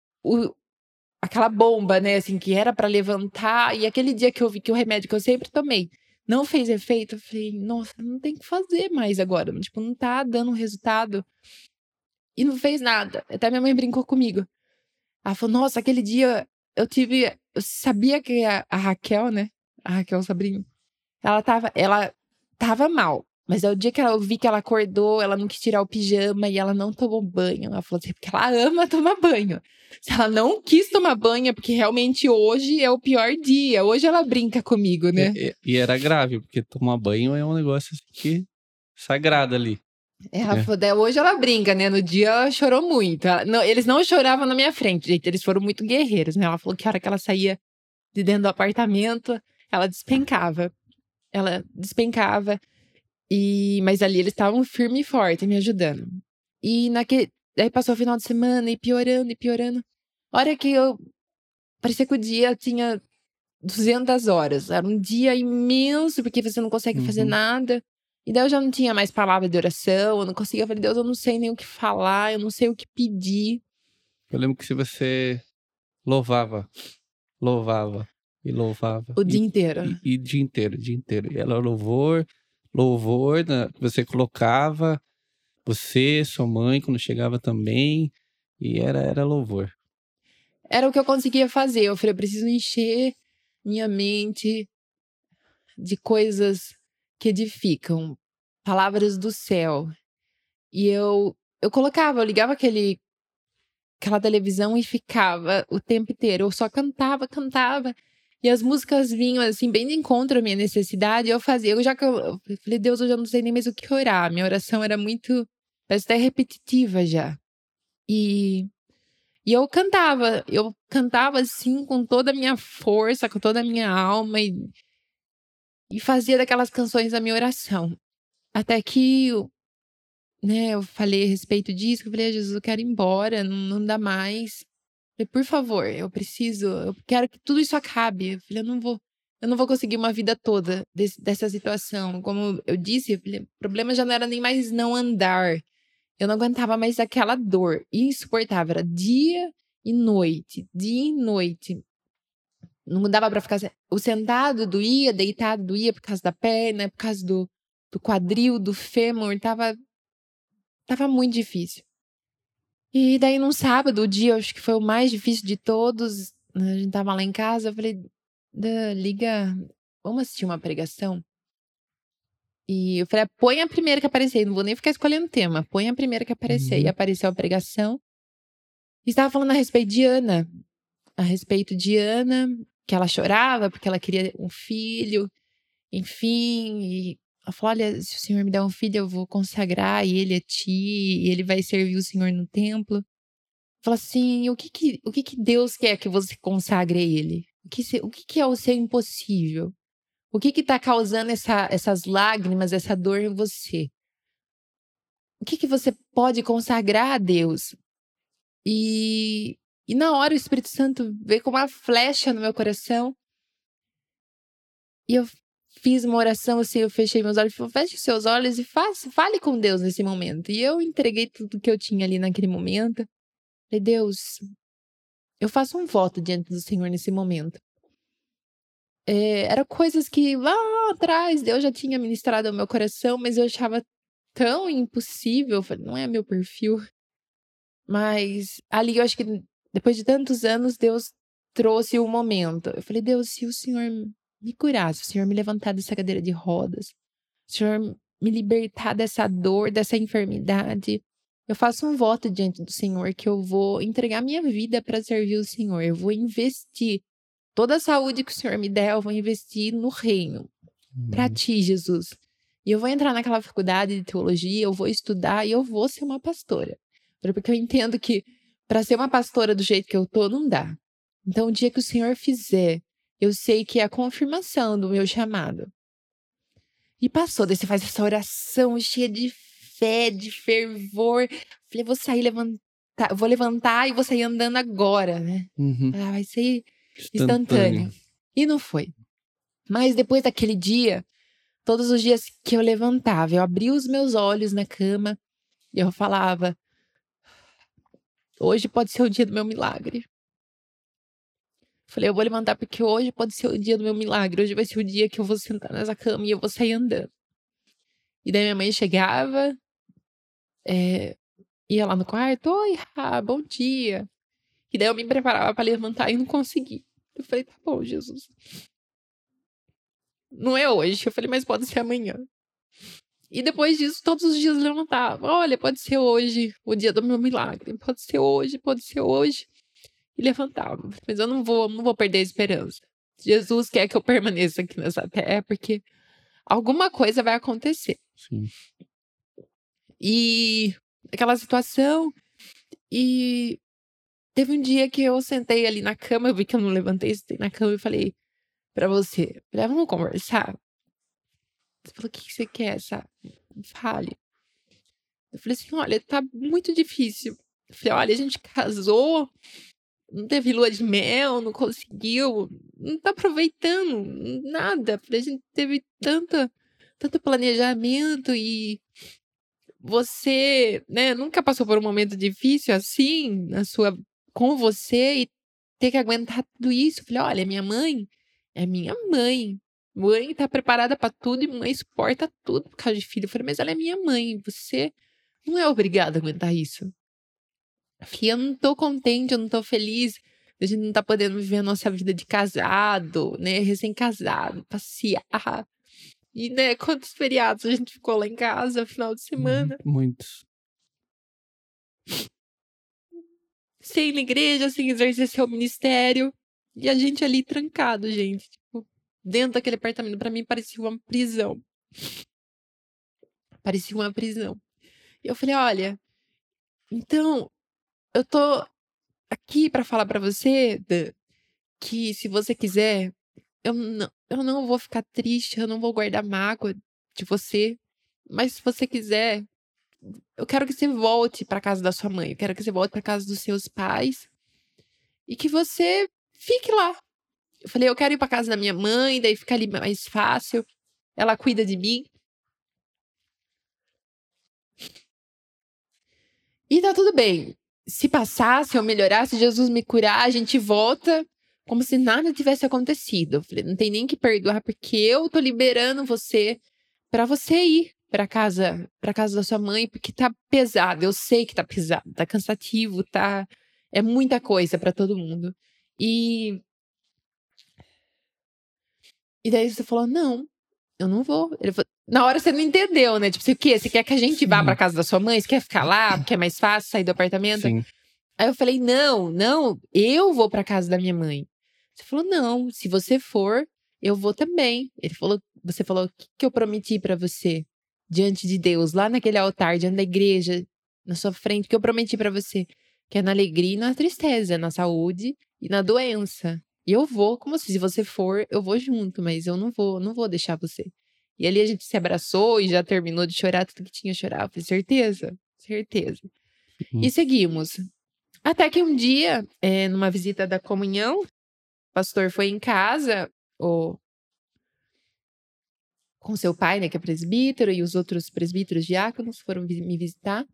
aquela bomba, né, assim, que era pra levantar. E aquele dia que eu vi que o remédio que eu sempre tomei não fez efeito, eu falei, nossa, não tem o que fazer mais agora. Tipo, não tá dando resultado. E não fez nada. Até minha mãe brincou comigo. Ela falou, nossa, aquele dia eu sabia que a Raquel, né, a Raquel Sobrinho, ela tava mal. Mas é o dia que eu vi que ela acordou, ela não quis tirar o pijama e ela não tomou banho. Ela falou assim, porque ela ama tomar banho. Se ela não quis tomar banho, é porque realmente hoje é o pior dia. Hoje ela brinca comigo, né? E era grave, porque tomar banho é um negócio assim que sagrado ali. Ela falou, hoje ela brinca, né? No dia ela chorou muito. Eles não choravam na minha frente, gente. Eles foram muito guerreiros, né? Ela falou que a hora que ela saía de dentro do apartamento, ela despencava. Ela despencava. Mas ali eles estavam firme e forte, me ajudando. E daí passou o final de semana e piorando, e piorando. A hora que parecia que o dia tinha 200 horas. Era um dia imenso, porque você não consegue fazer nada. E daí eu já não tinha mais palavra de oração, eu não conseguia. Eu falei, Deus, eu não sei nem o que falar, eu não sei o que pedir. Eu lembro que se você louvava e louvava. O dia inteiro. E dia inteiro. E era louvor, né? Você colocava, você, sua mãe, quando chegava também, e era louvor. Era o que eu conseguia fazer. Eu falei, eu preciso encher minha mente de coisas que edificam, palavras do céu. E eu ligava aquela televisão e ficava o tempo inteiro. Eu só cantava. E as músicas vinham, assim, bem de encontro à minha necessidade. Eu fazia. Eu falei, Deus, eu já não sei nem mais o que orar. Minha oração era muito, parece até repetitiva já. E eu cantava assim, com toda a minha força, com toda a minha alma. E fazia daquelas canções a minha oração. Até que né, eu falei a respeito disso, eu falei, Jesus, eu quero ir embora, não dá mais. Eu falei, por favor, eu quero que tudo isso acabe. Eu falei, eu não vou conseguir uma vida toda dessa situação. Como eu disse, eu falei, o problema já não era nem mais não andar. Eu não aguentava mais aquela dor insuportável, era dia e noite. Não dava pra ficar, o sentado doía, deitado doía por causa da perna, por causa do quadril, do fêmur, tava muito difícil. E daí, num sábado, o dia, acho que foi o mais difícil de todos, né, a gente tava lá em casa, eu falei, liga, vamos assistir uma pregação? E eu falei, põe a primeira que aparecer, não vou nem ficar escolhendo tema, põe a primeira que aparecer. E apareceu a pregação. E estava falando a respeito de Ana, que ela chorava porque ela queria um filho, enfim. E ela falou, olha, se o Senhor me der um filho, eu vou consagrar ele a ti, e ele vai servir o Senhor no templo. Fala assim, o que que Deus quer que você consagre a ele? O que que é o seu impossível? O que tá causando essas lágrimas, essa dor em você? O que você pode consagrar a Deus? E na hora o Espírito Santo veio com uma flecha no meu coração. E eu fiz uma oração assim, eu fechei meus olhos. Falei, feche seus olhos e fale com Deus nesse momento. E eu entreguei tudo que eu tinha ali naquele momento. Falei, Deus, eu faço um voto diante do Senhor nesse momento. Era coisas que lá atrás Deus já tinha ministrado ao meu coração, mas eu achava tão impossível. Eu falei, não é meu perfil. Mas ali eu acho que depois de tantos anos, Deus trouxe o momento. Eu falei, Deus, se o Senhor me curar, se o Senhor me levantar dessa cadeira de rodas, se o Senhor me libertar dessa dor, dessa enfermidade, eu faço um voto diante do Senhor que eu vou entregar minha vida para servir o Senhor. Eu vou investir toda a saúde que o Senhor me der, eu vou investir no reino. Para ti, Jesus. E eu vou entrar naquela faculdade de teologia, eu vou estudar e eu vou ser uma pastora. Porque eu entendo que para ser uma pastora do jeito que eu tô, não dá. Então, o dia que o Senhor fizer, eu sei que é a confirmação do meu chamado. E passou, daí você faz essa oração cheia de fé, de fervor. Falei, vou levantar e vou sair andando agora, né? Vai ser instantâneo. E não foi. Mas depois daquele dia, todos os dias que eu levantava, eu abria os meus olhos na cama e eu falava, hoje pode ser o dia do meu milagre. Falei, eu vou levantar porque hoje pode ser o dia do meu milagre. Hoje vai ser o dia que eu vou sentar nessa cama e eu vou sair andando. E daí minha mãe chegava, ia lá no quarto, oi, Rá, bom dia. E daí eu me preparava para levantar e não consegui. Eu falei, tá bom, Jesus. Não é hoje. Eu falei, mas pode ser amanhã. E depois disso, todos os dias eu levantava. Olha, pode ser hoje o dia do meu milagre. Pode ser hoje, pode ser hoje. E levantava. Mas eu não vou perder a esperança. Jesus quer que eu permaneça aqui nessa terra, porque alguma coisa vai acontecer. Sim. E aquela situação. E teve um dia que eu sentei ali na cama, eu vi que eu não levantei, sentei na cama e falei pra você, vamos conversar? Você falou, o que você quer, sabe? Fale. Eu falei assim, olha, tá muito difícil. Eu falei, olha, a gente casou, não teve lua de mel, não conseguiu, não tá aproveitando nada. A gente teve tanto planejamento e você, né, nunca passou por um momento difícil assim com você e ter que aguentar tudo isso. Eu falei, olha, minha mãe é minha mãe. Mãe tá preparada pra tudo e mãe suporta tudo por causa de filho. Eu falei, mas ela é minha mãe, você não é obrigada a aguentar isso. Eu falei, eu não tô contente, eu não tô feliz. A gente não tá podendo viver a nossa vida de casado, né? Recém-casado, passear. E, né, quantos feriados a gente ficou lá em casa, final de semana. Muitos. Sem ir na igreja, sem exercer seu ministério. E a gente ali trancado, gente. Tipo, dentro daquele apartamento, pra mim, parecia uma prisão. Parecia uma prisão. E eu falei, olha, então, eu tô aqui pra falar pra você, Dan, que se você quiser, eu não vou ficar triste, eu não vou guardar mágoa de você. Mas se você quiser, eu quero que você volte pra casa da sua mãe. Eu quero que você volte pra casa dos seus pais. E que você fique lá. Eu falei, eu quero ir pra casa da minha mãe, daí fica ali mais fácil. Ela cuida de mim. E tá tudo bem. Se passar, se eu melhorar, se Jesus me curar, a gente volta como se nada tivesse acontecido. Eu falei, não tem nem que perdoar, porque eu tô liberando você pra você ir pra casa da sua mãe, porque tá pesado. Eu sei que tá pesado, tá cansativo, tá. É muita coisa pra todo mundo. E daí você falou, não, eu não vou. na hora você não entendeu, né? Tipo, você, o quê? Você quer que a gente vá pra casa da sua mãe? Você quer ficar lá? Porque é mais fácil sair do apartamento? Sim. Aí eu falei, não, eu vou pra casa da minha mãe. Você falou, não, se você for, eu vou também. Você falou, o que eu prometi pra você? Diante de Deus, lá naquele altar, diante da igreja, na sua frente, o que eu prometi pra você? Que é na alegria e na tristeza, na saúde e na doença. E eu vou, como se você for, eu vou junto, mas eu não vou deixar você. E ali a gente se abraçou e já terminou de chorar tudo que tinha que chorar. Eu falei, certeza, certeza. E seguimos. Até que um dia, numa visita da comunhão, o pastor foi em casa, com seu pai, né, que é presbítero, e os outros presbíteros diáconos foram me visitar.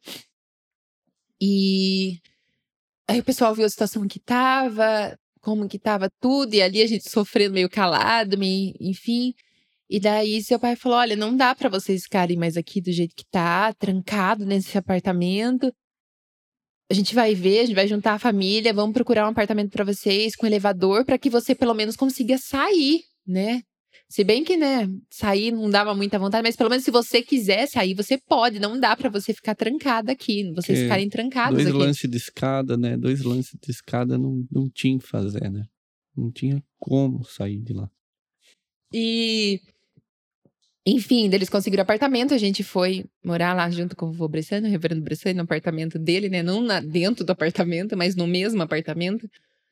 E aí o pessoal viu a situação que tava, como que tava tudo, e ali a gente sofrendo meio calado, enfim. E daí seu pai falou, olha, não dá pra vocês ficarem mais aqui do jeito que tá, trancado nesse apartamento. A gente vai ver, a gente vai juntar a família, vamos procurar um apartamento pra vocês com elevador pra que você pelo menos consiga sair, né? Se bem que, né, sair não dava muita vontade, mas pelo menos se você quiser sair, você pode. Não dá pra você ficar trancada aqui, vocês ficarem trancados Dois aqui. lances de escada, né? Dois lances de escada não tinha o que fazer, né? Não tinha como sair de lá. E, enfim, eles conseguiram apartamento, a gente foi morar lá junto com o vovô Bressani, o reverendo Bressani, no apartamento dele, né? Não dentro do apartamento, mas no mesmo apartamento.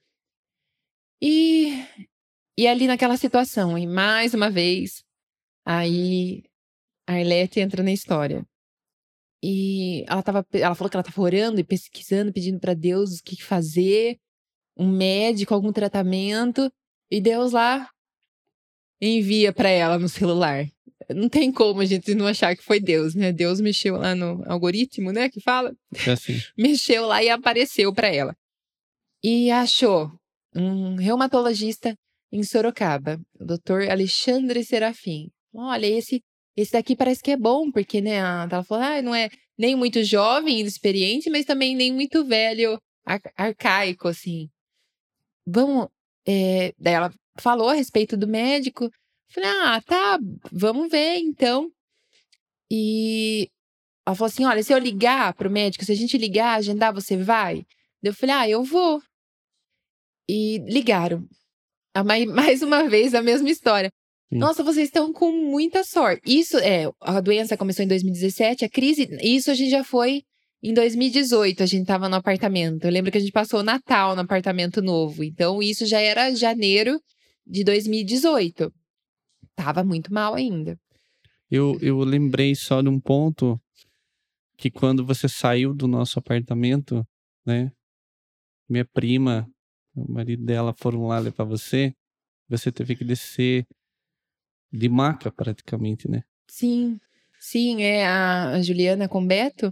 E ali naquela situação, e mais uma vez, aí a Arlete entra na história. E ela falou que ela estava orando e pesquisando, pedindo para Deus o que fazer, um médico, algum tratamento, e Deus lá envia para ela no celular. Não tem como a gente não achar que foi Deus, né? Deus mexeu lá no algoritmo, né, que fala? É assim. Mexeu lá e apareceu para ela. E achou um reumatologista em Sorocaba, o Dr. Alexandre Serafim. Olha, esse daqui parece que é bom, porque, né, ela falou, não é nem muito jovem e inexperiente, mas também nem muito velho, arcaico, assim. Daí ela falou a respeito do médico. Falei, tá, vamos ver, então. E ela falou assim, olha, se eu ligar pro médico, se a gente ligar, agendar, você vai? Eu falei, eu vou. E ligaram. Mais uma vez, a mesma história. Sim. Nossa, vocês estão com muita sorte. Isso, a doença começou em 2017, a crise, isso a gente já foi em 2018, a gente tava no apartamento. Eu lembro que a gente passou o Natal no apartamento novo. Então, isso já era janeiro de 2018. Tava muito mal ainda. Eu lembrei só de um ponto, que quando você saiu do nosso apartamento, né? Minha prima, o marido dela foram lá levar você teve que descer de maca praticamente, né? Sim, a Juliana com o Beto,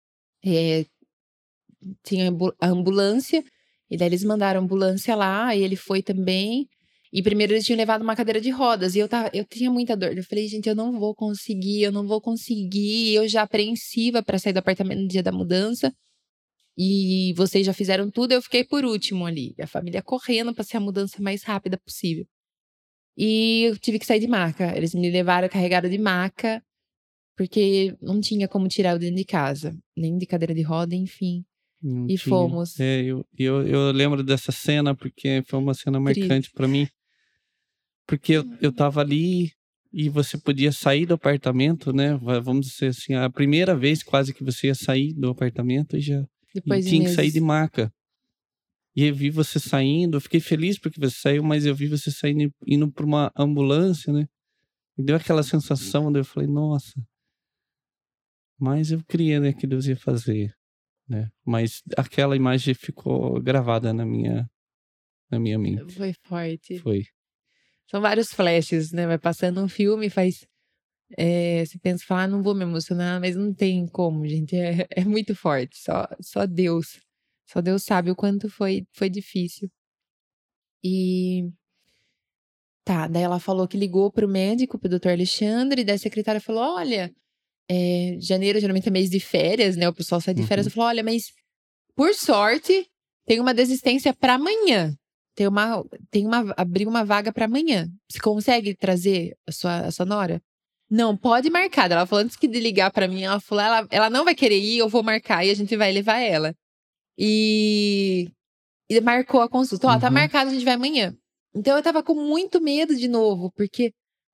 tinha a ambulância, e daí eles mandaram a ambulância lá, e ele foi também. E primeiro eles tinham levado uma cadeira de rodas, e eu tinha muita dor. Eu falei, gente, eu não vou conseguir. E eu já apreensiva para sair do apartamento no dia da mudança. E vocês já fizeram tudo, eu fiquei por último ali. A família correndo para ser a mudança mais rápida possível. E eu tive que sair de maca. Eles me levaram, carregaram de maca, porque não tinha como tirar eu dentro de casa. Nem de cadeira de roda, enfim. Não e tinha. fomos. Eu lembro dessa cena, porque foi uma cena marcante para mim. Porque eu tava ali e você podia sair do apartamento, né? Vamos dizer assim, a primeira vez quase que você ia sair do apartamento e Depois de tinha que meses. sair de maca. E eu vi você saindo, eu fiquei feliz porque você saiu, mas eu vi você saindo, indo pra uma ambulância, né? E deu aquela sensação, daí eu falei, nossa. Mas eu queria, né, que Deus ia fazer, né? Mas aquela imagem ficou gravada na minha mente. Foi forte. Foi. São vários flashes, né? Vai passando um filme, você pensa, fala, não vou me emocionar, mas não tem como, gente. É muito forte. Só Deus. Só Deus sabe o quanto foi difícil. E tá, daí ela falou que ligou pro médico, pro Dr. Alexandre, e daí a secretária falou: olha, janeiro geralmente é mês de férias, né? O pessoal sai de férias. Ela falou: olha, mas por sorte, tem uma desistência para amanhã. Abriu uma vaga para amanhã. Você consegue trazer a sua nora? Não, pode marcar. Ela falou, antes que de ligar pra mim, ela falou, ela não vai querer ir, eu vou marcar e a gente vai levar ela. E marcou a consulta. Ó, tá Uhum. marcado, a gente vai amanhã. Então eu tava com muito medo de novo, porque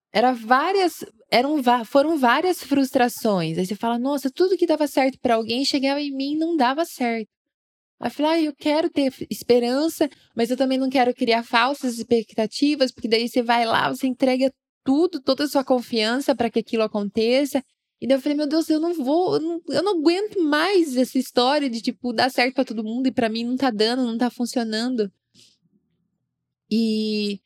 foram várias frustrações. Aí você fala, nossa, tudo que dava certo pra alguém chegava em mim e não dava certo. Aí eu falei, eu quero ter esperança, mas eu também não quero criar falsas expectativas, porque daí você vai lá, você entrega tudo, toda a sua confiança para que aquilo aconteça. E daí eu falei, meu Deus, eu não aguento mais essa história de, tipo, dar certo para todo mundo e para mim não tá dando, não tá funcionando. E,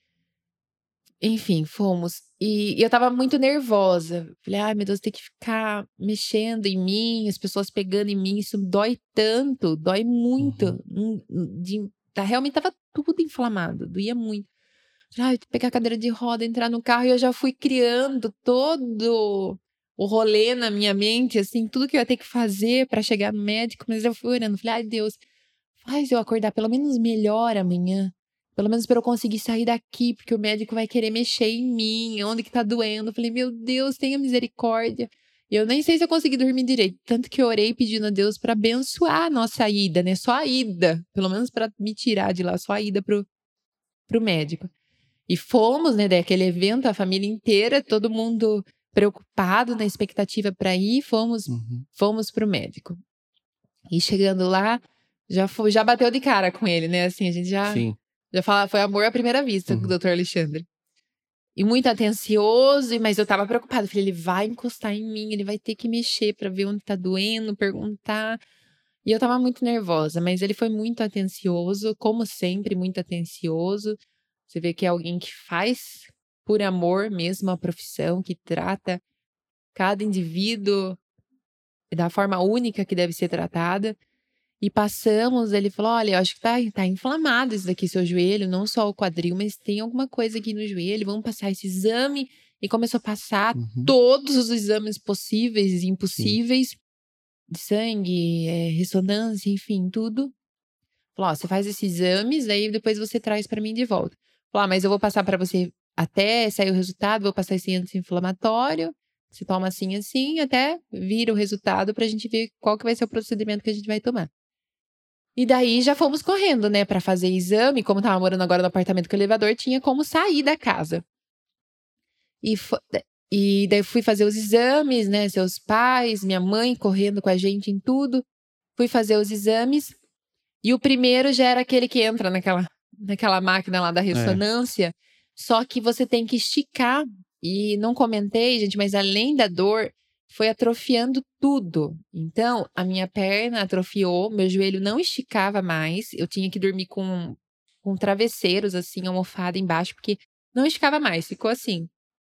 enfim, fomos. E eu tava muito nervosa. Falei, ai, meu Deus, tem que ficar mexendo em mim, as pessoas pegando em mim, isso dói tanto, dói muito. Realmente tava tudo inflamado, doía muito. Falei, ai, pegar a cadeira de roda, entrar no carro, e eu já fui criando todo o rolê na minha mente, assim, tudo que eu ia ter que fazer pra chegar no médico, mas eu fui orando. Falei, ai, Deus, faz eu acordar pelo menos melhor amanhã. Pelo menos para eu conseguir sair daqui, porque o médico vai querer mexer em mim, onde que tá doendo. Eu falei, meu Deus, tenha misericórdia. E eu nem sei se eu consegui dormir direito. Tanto que eu orei pedindo a Deus para abençoar a nossa ida, né? Só a ida. Pelo menos para me tirar de lá, só a ida pro médico. E fomos, né? Daí aquele evento, a família inteira, todo mundo preocupado, na expectativa para ir. Fomos pro médico. E chegando lá, já bateu de cara com ele, né? Assim, a gente Sim. já fala, foi amor à primeira vista com o Dr. Alexandre. E muito atencioso, mas eu tava preocupada. Falei, ele vai encostar em mim, ele vai ter que mexer pra ver onde tá doendo, perguntar. E eu tava muito nervosa, mas ele foi muito atencioso, como sempre, muito atencioso. Você vê que é alguém que faz por amor mesmo a profissão, que trata cada indivíduo da forma única que deve ser tratada. E passamos, ele falou, olha, eu acho que tá inflamado isso daqui, seu joelho, não só o quadril, mas tem alguma coisa aqui no joelho, vamos passar esse exame. E começou a passar todos os exames possíveis e impossíveis, de sangue, ressonância, enfim, tudo. Falou, ó, você faz esses exames, aí depois você traz pra mim de volta. Falou, mas eu vou passar pra você até sair o resultado, vou passar esse anti-inflamatório, você toma assim, assim, até vir o resultado pra gente ver qual que vai ser o procedimento que a gente vai tomar. E daí já fomos correndo, né, pra fazer exame. Como tava morando agora no apartamento com elevador, tinha como sair da casa. E daí fui fazer os exames, né, seus pais, minha mãe correndo com a gente em tudo. Fui fazer os exames. E o primeiro já era aquele que entra naquela máquina lá da ressonância. Só que você tem que esticar. E não comentei, gente, mas além da dor, foi atrofiando tudo. Então, a minha perna atrofiou, meu joelho não esticava mais. Eu tinha que dormir com travesseiros, assim, almofada embaixo, porque não esticava mais, ficou assim,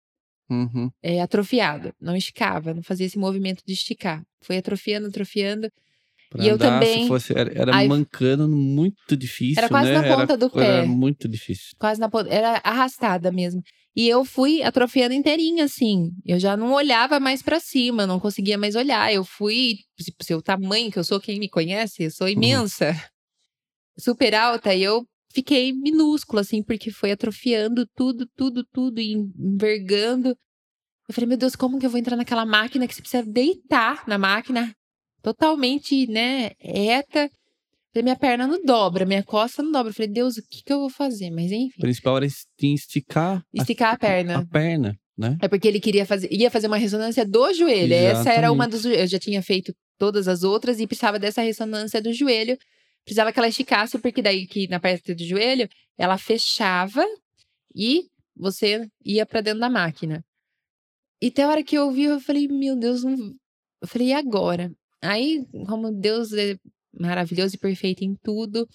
atrofiado. Não esticava, não fazia esse movimento de esticar. Foi atrofiando, atrofiando. Pra E eu andar, se também. fosse. Era Aí, mancando, muito era difícil, quase na né? ponta do Era pé. muito difícil. Quase na ponta. Era arrastada mesmo. E eu fui atrofiando inteirinha, assim. Eu já não olhava mais pra cima, não conseguia mais olhar. Eu fui, seu tamanho que eu sou, quem me conhece, eu sou imensa, super alta. E eu fiquei minúscula, assim, porque foi atrofiando tudo, tudo, tudo, e envergando. Eu falei, meu Deus, como que eu vou entrar naquela máquina que você precisa deitar na máquina, totalmente, né, reta. Falei, minha perna não dobra, minha costa não dobra. Eu falei, Deus, o que eu vou fazer? Mas O enfim. principal era esticar Esticar a a perna. perna, né? É porque ele ia fazer uma ressonância do joelho. Essa era uma dos. Eu já tinha feito todas as outras e precisava dessa ressonância do joelho. Precisava que ela esticasse, porque daí que na parte do joelho, ela fechava e você ia pra dentro da máquina. E até a hora que eu ouvi, eu falei, meu Deus, não. Eu falei, e agora? Aí, como Deus é maravilhoso e perfeito em tudo,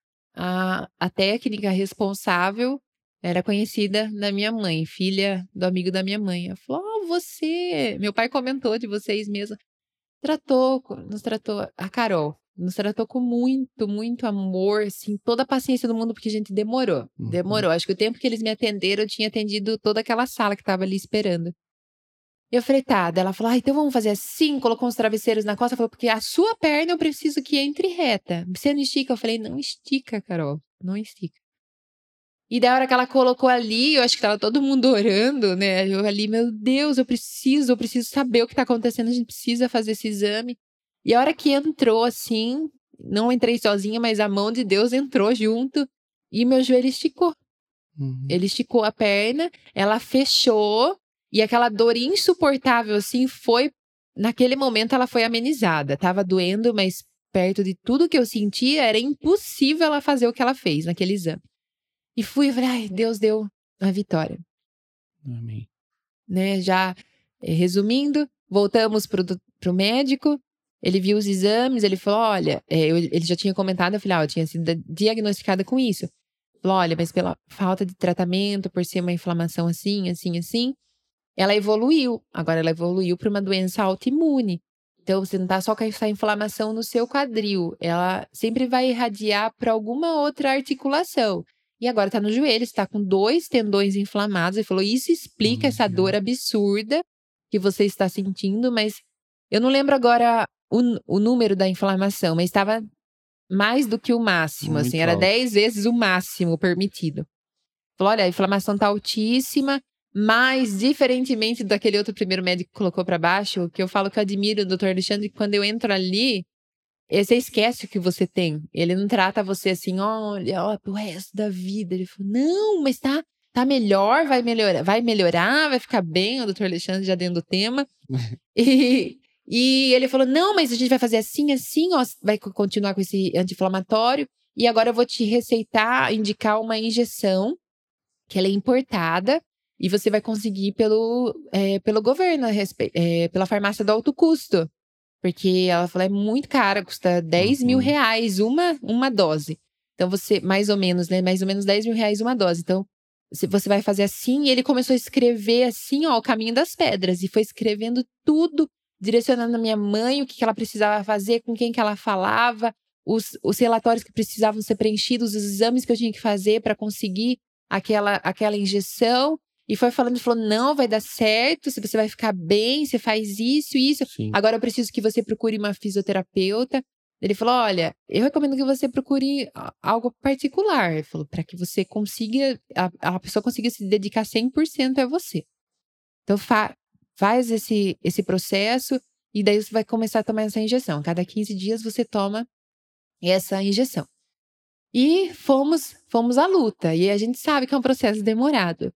a técnica responsável era conhecida da minha mãe, filha do amigo da minha mãe. Ela falou: você. Meu pai comentou de vocês mesmo. Nos tratou, a Carol, nos tratou com muito, muito amor, assim, toda a paciência do mundo, porque a gente demorou. Demorou. Acho que o tempo que eles me atenderam, eu tinha atendido toda aquela sala que tava ali esperando. Eu falei, tá. Daí ela falou, então vamos fazer assim, colocou uns travesseiros na costa, falou, porque a sua perna eu preciso que entre reta. Você não estica? Eu falei, não estica, Carol, não estica. E da hora que ela colocou ali, eu acho que tava todo mundo orando, né? Eu ali, meu Deus, eu preciso saber o que tá acontecendo, a gente precisa fazer esse exame. E a hora que entrou assim, não entrei sozinha, mas a mão de Deus entrou junto e meu joelho esticou. Uhum. Ele esticou a perna, ela fechou e aquela dor insuportável assim foi, naquele momento ela foi amenizada. Tava doendo, mas perto de tudo que eu sentia, era impossível ela fazer o que ela fez naquele exame. E fui, eu falei, ai, Deus deu a vitória, Amém. né? Já resumindo, voltamos pro médico, ele viu os exames, ele falou, olha, ele já tinha comentado, eu falei, eu tinha sido diagnosticada com isso. Falou, olha, mas pela falta de tratamento, por ser uma inflamação assim, assim, assim, ela evoluiu. Agora ela evoluiu para uma doença autoimune. Então, você não tá só com essa inflamação no seu quadril, ela sempre vai irradiar para alguma outra articulação. E agora tá no joelho, está com 2 tendões inflamados. Ele falou, isso explica essa dor absurda que você está sentindo, mas eu não lembro agora o número da inflamação, mas estava mais do que o máximo, assim, Muito era alto. 10 vezes o máximo permitido. Falou, olha, a inflamação tá altíssima, mas diferentemente daquele outro primeiro médico que colocou pra baixo, o que eu falo que eu admiro do Dr. Alexandre, quando eu entro ali, você esquece o que você tem. Ele não trata você assim, olha, ó, pro resto da vida. Ele falou, não, mas tá melhor, vai melhorar, vai ficar bem, o Dr. Alexandre já dentro do tema. E ele falou, não, mas a gente vai fazer assim, assim, ó, vai continuar com esse anti-inflamatório. E agora eu vou te receitar, indicar uma injeção, que ela é importada, e você vai conseguir pelo governo, pela farmácia do alto custo. Porque ela falou, é muito cara, custa 10 mil reais uma dose. Então você, mais ou menos, né? Mais ou menos 10 mil reais uma dose. Então, você vai fazer assim, e ele começou a escrever assim, ó, o caminho das pedras. E foi escrevendo tudo, direcionando a minha mãe, o que ela precisava fazer, com quem que ela falava, os relatórios que precisavam ser preenchidos, os exames que eu tinha que fazer para conseguir aquela injeção. E foi falando, falou, não, vai dar certo, você vai ficar bem, você faz isso, isso. Sim. Agora eu preciso que você procure uma fisioterapeuta. Ele falou, olha, eu recomendo que você procure algo particular. Ele falou, para que você consiga, a pessoa consiga se dedicar 100% a você. Então faz esse processo e daí você vai começar a tomar essa injeção. Cada 15 dias você toma essa injeção. E fomos à luta. E a gente sabe que é um processo demorado.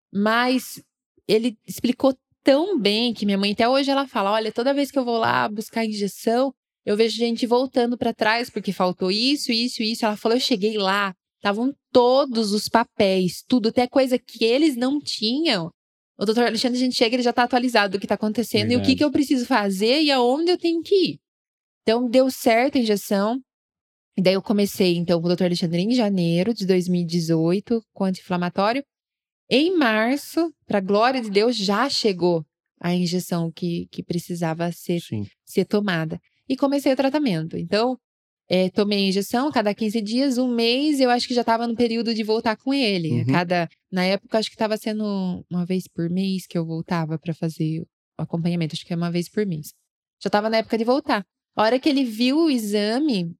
Mas ele explicou tão bem que minha mãe até hoje ela fala, olha, toda vez que eu vou lá buscar injeção, eu vejo gente voltando para trás porque faltou isso, isso, isso. Ela falou, eu cheguei lá, estavam todos os papéis, tudo, até coisa que eles não tinham. O doutor Alexandre, a gente chega, ele já tá atualizado do que tá acontecendo. Verdade. E o que eu preciso fazer e aonde eu tenho que ir. Então, deu certo a injeção. E daí eu comecei, então, com o doutor Alexandre em janeiro de 2018, com anti-inflamatório. Em março, para glória de Deus, já chegou a injeção que precisava ser tomada. E comecei o tratamento. Então, tomei a injeção cada 15 dias, um mês, eu acho que já estava no período de voltar com ele. Na época, acho que estava sendo uma vez por mês que eu voltava para fazer o acompanhamento. Acho que é uma vez por mês. Já estava na época de voltar. A hora que ele viu o exame,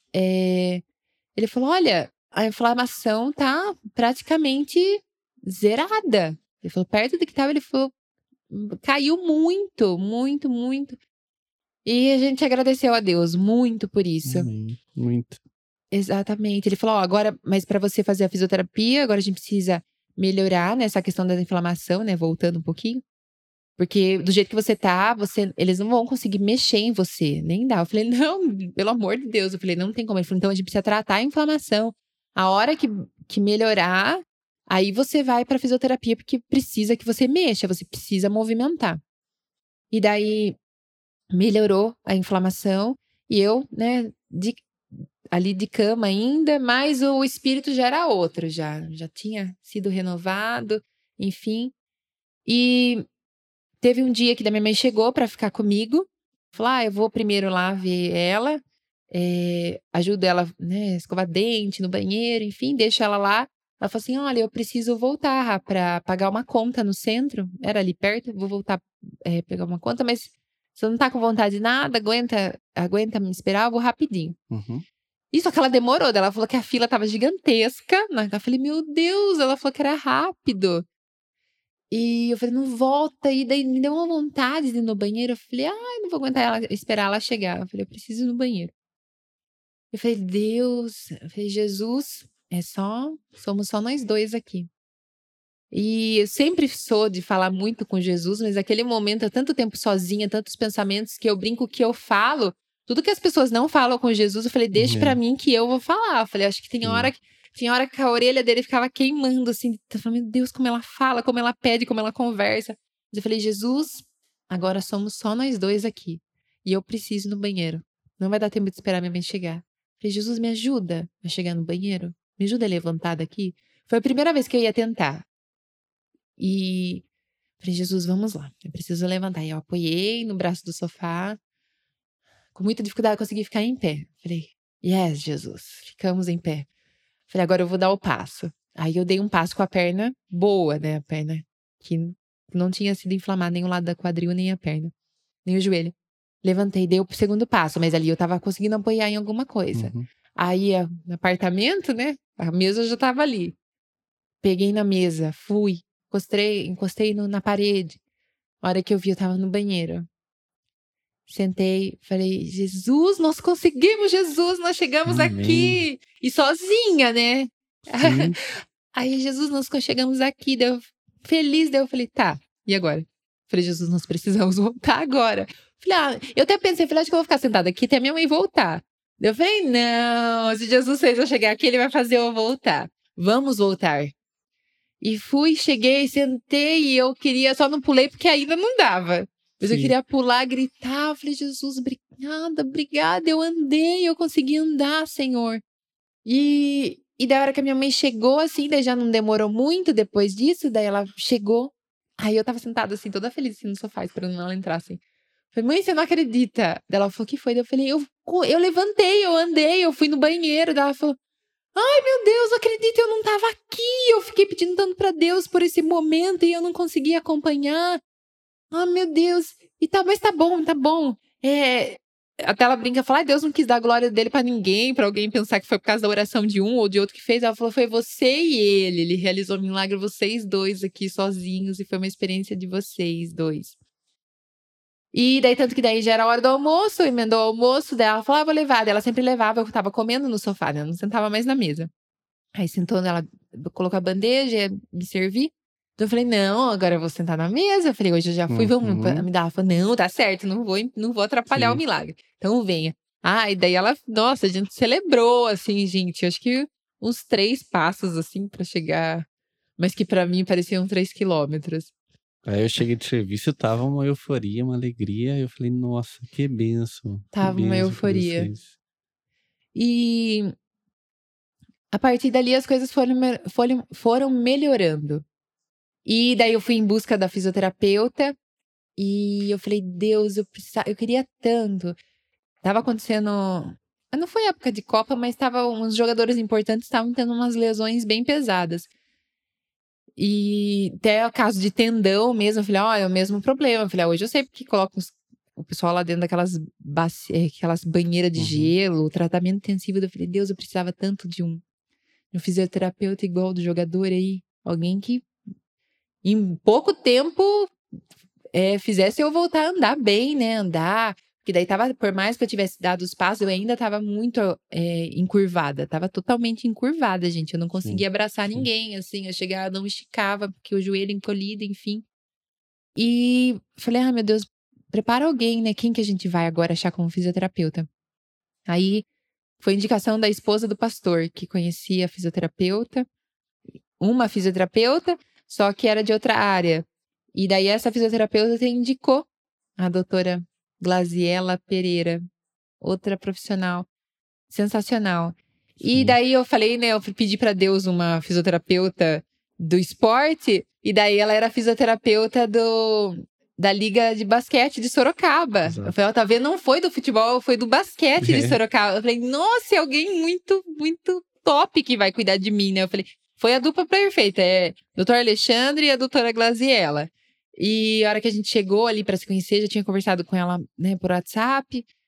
ele falou, olha, a inflamação tá praticamente zerada. Ele falou, perto do que estava, ele falou, caiu muito, muito, muito. E a gente agradeceu a Deus muito por isso. Muito. Exatamente. Ele falou, agora, mas para você fazer a fisioterapia, agora a gente precisa melhorar nessa questão da inflamação, né? Voltando um pouquinho. Porque do jeito que você tá, eles não vão conseguir mexer em você, nem dá. Eu falei, não, pelo amor de Deus. Eu falei, não tem como. Ele falou, então a gente precisa tratar a inflamação. A hora que melhorar, aí você vai pra fisioterapia, porque precisa que você mexa, você precisa movimentar. E daí, melhorou a inflamação. E eu, né, ali de cama ainda, mas o espírito já era outro, já tinha sido renovado, enfim. E teve um dia que da minha mãe chegou pra ficar comigo. Falou, eu vou primeiro lá ver ela. Ajudo ela, né, escovar dente no banheiro, enfim, deixo ela lá. Ela falou assim, olha, eu preciso voltar pra pagar uma conta no centro. Era ali perto, vou voltar pegar uma conta, mas você não tá com vontade de nada, aguenta me esperar, eu vou rapidinho. E só que ela demorou, daí ela falou que a fila tava gigantesca. Eu falei, meu Deus, ela falou que era rápido. E eu falei, não volta. E daí me deu uma vontade de ir no banheiro. Eu falei, ai, não vou aguentar esperar ela chegar. Eu falei, eu preciso ir no banheiro. Eu falei, Deus, eu falei, Jesus, somos só nós dois aqui. E eu sempre sou de falar muito com Jesus, mas naquele momento, há tanto tempo sozinha, tantos pensamentos, que eu brinco que eu falo. Tudo que as pessoas não falam com Jesus, eu falei, deixa pra mim que eu vou falar. Eu falei, acho que tinha hora que a orelha dele ficava queimando, assim. Eu falei, meu Deus, como ela fala, como ela pede, como ela conversa. Mas eu falei, Jesus, agora somos só nós dois aqui. E eu preciso ir no banheiro. Não vai dar tempo de esperar minha mãe chegar. Eu falei, Jesus, me ajuda a chegar no banheiro. Me ajuda a levantar daqui. Foi a primeira vez que eu ia tentar. E falei, Jesus, vamos lá. Eu preciso levantar. E eu apoiei no braço do sofá. Com muita dificuldade, eu consegui ficar em pé. Falei, yes, Jesus. Ficamos em pé. Falei, agora eu vou dar o passo. Aí eu dei um passo com a perna boa, né? A perna que não tinha sido inflamada nem o lado da quadril, nem a perna. Nem o joelho. Levantei, dei o segundo passo. Mas ali eu tava conseguindo apoiar em alguma coisa. Aí, no apartamento, né? A mesa já tava ali. Peguei na mesa, fui. Encostei na parede. A hora que eu vi, eu tava no banheiro. Sentei, falei, Jesus, nós conseguimos, Jesus, nós chegamos aqui. E sozinha, né? Aí, Jesus, nós chegamos aqui, deu feliz, daí eu falei, tá, e agora? Falei, Jesus, nós precisamos voltar agora. Falei, eu até pensei, falei, acho que eu vou ficar sentada aqui até minha mãe voltar. Eu falei, não, se Jesus fez eu chegar aqui, ele vai fazer eu voltar. Vamos voltar. E fui, cheguei, sentei e eu queria, só não pulei porque ainda não dava. Mas eu queria pular, gritar. Eu falei, Jesus, obrigada. Eu andei, eu consegui andar, Senhor. E da hora que a minha mãe chegou, assim, daí já não demorou muito depois disso. Daí ela chegou. Aí eu tava sentada, assim, toda feliz, assim, no sofá, esperando ela entrar, assim. Falei, mãe, você não acredita? Daí ela falou, o que foi? Daí eu falei, eu levantei, eu andei, eu fui no banheiro. Daí ela falou, ai, meu Deus, não acredito, eu não tava aqui. Eu fiquei pedindo tanto pra Deus por esse momento e eu não consegui acompanhar. Ah, meu Deus. Mas tá bom, tá bom. Até ela brinca, fala, Deus não quis dar a glória dele pra ninguém, pra alguém pensar que foi por causa da oração de um ou de outro que fez. Ela falou, foi você e ele. Ele realizou um milagre, vocês dois aqui sozinhos, e foi uma experiência de vocês dois. E daí, tanto que daí já era a hora do almoço, emendou o almoço, daí ela falou, vou levar. Daí ela sempre levava, eu tava comendo no sofá, né? Eu não sentava mais na mesa. Aí sentou, ela colocou a bandeja, ia me servir. Então eu falei, não, agora eu vou sentar na mesa. Eu falei, hoje eu já fui, vamos me dar. Ela falou, não, tá certo, não vou atrapalhar o milagre. Então venha. E daí ela, nossa, a gente celebrou, assim, gente, acho que uns 3 passos, assim, pra chegar. Mas que pra mim pareciam 3 quilômetros. Aí eu cheguei de serviço, tava uma euforia, uma alegria. Eu falei, nossa, que benção. Tava uma euforia. E a partir dali as coisas foram melhorando. E daí eu fui em busca da fisioterapeuta. E eu falei, Deus, eu queria tanto. Tava acontecendo. Não foi época de Copa, mas uns jogadores importantes estavam tendo umas lesões bem pesadas. E até o caso de tendão mesmo, eu falei, olha, é o mesmo problema. Eu falei, hoje eu sei porque colocam o pessoal lá dentro daquelas aquelas banheiras de gelo, tratamento intensivo. Eu falei, Deus, eu precisava tanto de um fisioterapeuta igual do jogador aí. Alguém que em pouco tempo fizesse eu voltar a andar bem, né? Andar. Porque daí por mais que eu tivesse dado os passos, eu ainda tava muito encurvada. Tava totalmente encurvada, gente. Eu não conseguia abraçar ninguém, assim. Eu chegava, não esticava, porque o joelho encolhido, enfim. E falei, meu Deus, prepara alguém, né? Quem que a gente vai agora achar como fisioterapeuta? Aí foi indicação da esposa do pastor, que conhecia a fisioterapeuta. Uma fisioterapeuta, só que era de outra área. E daí essa fisioterapeuta indicou a doutora Glaziela Pereira, outra profissional sensacional. E daí eu falei, né, eu pedi pra Deus uma fisioterapeuta do esporte, e daí ela era fisioterapeuta da Liga de Basquete de Sorocaba. Exato. Eu falei, tá vendo, não foi do futebol, foi do basquete de Sorocaba. Eu falei, nossa, é alguém muito, muito top que vai cuidar de mim, né? Eu falei, foi a dupla perfeita, Dr. Alexandre e a doutora Glaziela. E a hora que a gente chegou ali pra se conhecer, já tinha conversado com ela, né, por WhatsApp.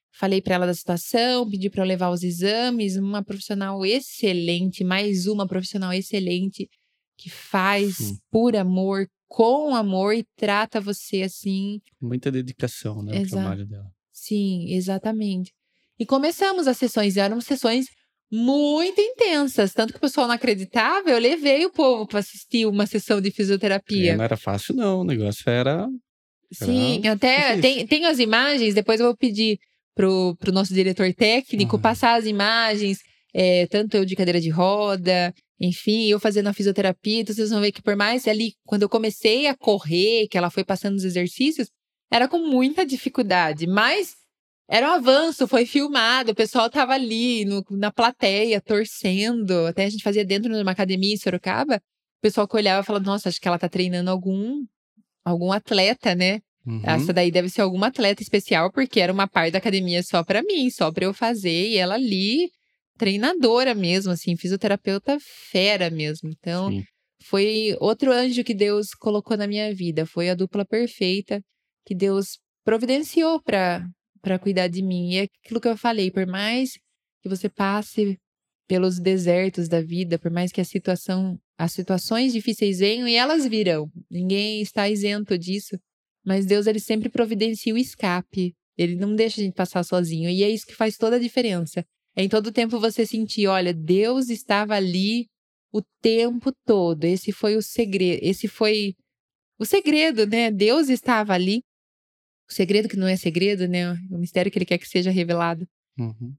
Falei para ela da situação, pedi para eu levar os exames. Uma profissional excelente, mais uma profissional excelente que faz Sim. por amor, com amor e trata você assim. Muita dedicação, né? O Exa trabalho dela. Sim, exatamente. E começamos as sessões, e eram sessões muito intensas, tanto que o pessoal não acreditava, eu levei o povo para assistir uma sessão de fisioterapia. Não era fácil, não. O negócio era Sim, até difícil. tem as imagens, depois eu vou pedir pro nosso diretor técnico passar as imagens, tanto eu de cadeira de roda, enfim, eu fazendo a fisioterapia, então vocês vão ver que por mais ali, quando eu comecei a correr, que ela foi passando os exercícios, era com muita dificuldade, mas era um avanço, foi filmado, o pessoal tava ali na plateia, torcendo, até a gente fazia dentro de uma academia em Sorocaba, o pessoal que olhava e falava, nossa, acho que ela tá treinando algum atleta, né? Essa Uhum. daí deve ser algum atleta especial, porque era uma parte da academia só pra mim, só pra eu fazer. E ela ali, treinadora mesmo, assim, fisioterapeuta fera mesmo. Então, Sim. foi outro anjo que Deus colocou na minha vida. Foi a dupla perfeita que Deus providenciou pra cuidar de mim. E é aquilo que eu falei, por mais que você passe pelos desertos da vida, por mais que as situações difíceis venham, e elas virão. Ninguém está isento disso. Mas Deus, ele sempre providencia o escape. Ele não deixa a gente passar sozinho. E é isso que faz toda a diferença. É em todo tempo você sentir, olha, Deus estava ali o tempo todo. Esse foi o segredo. Esse foi o segredo, né? Deus estava ali. O segredo que não é segredo, né? O mistério que ele quer que seja revelado. Uhum.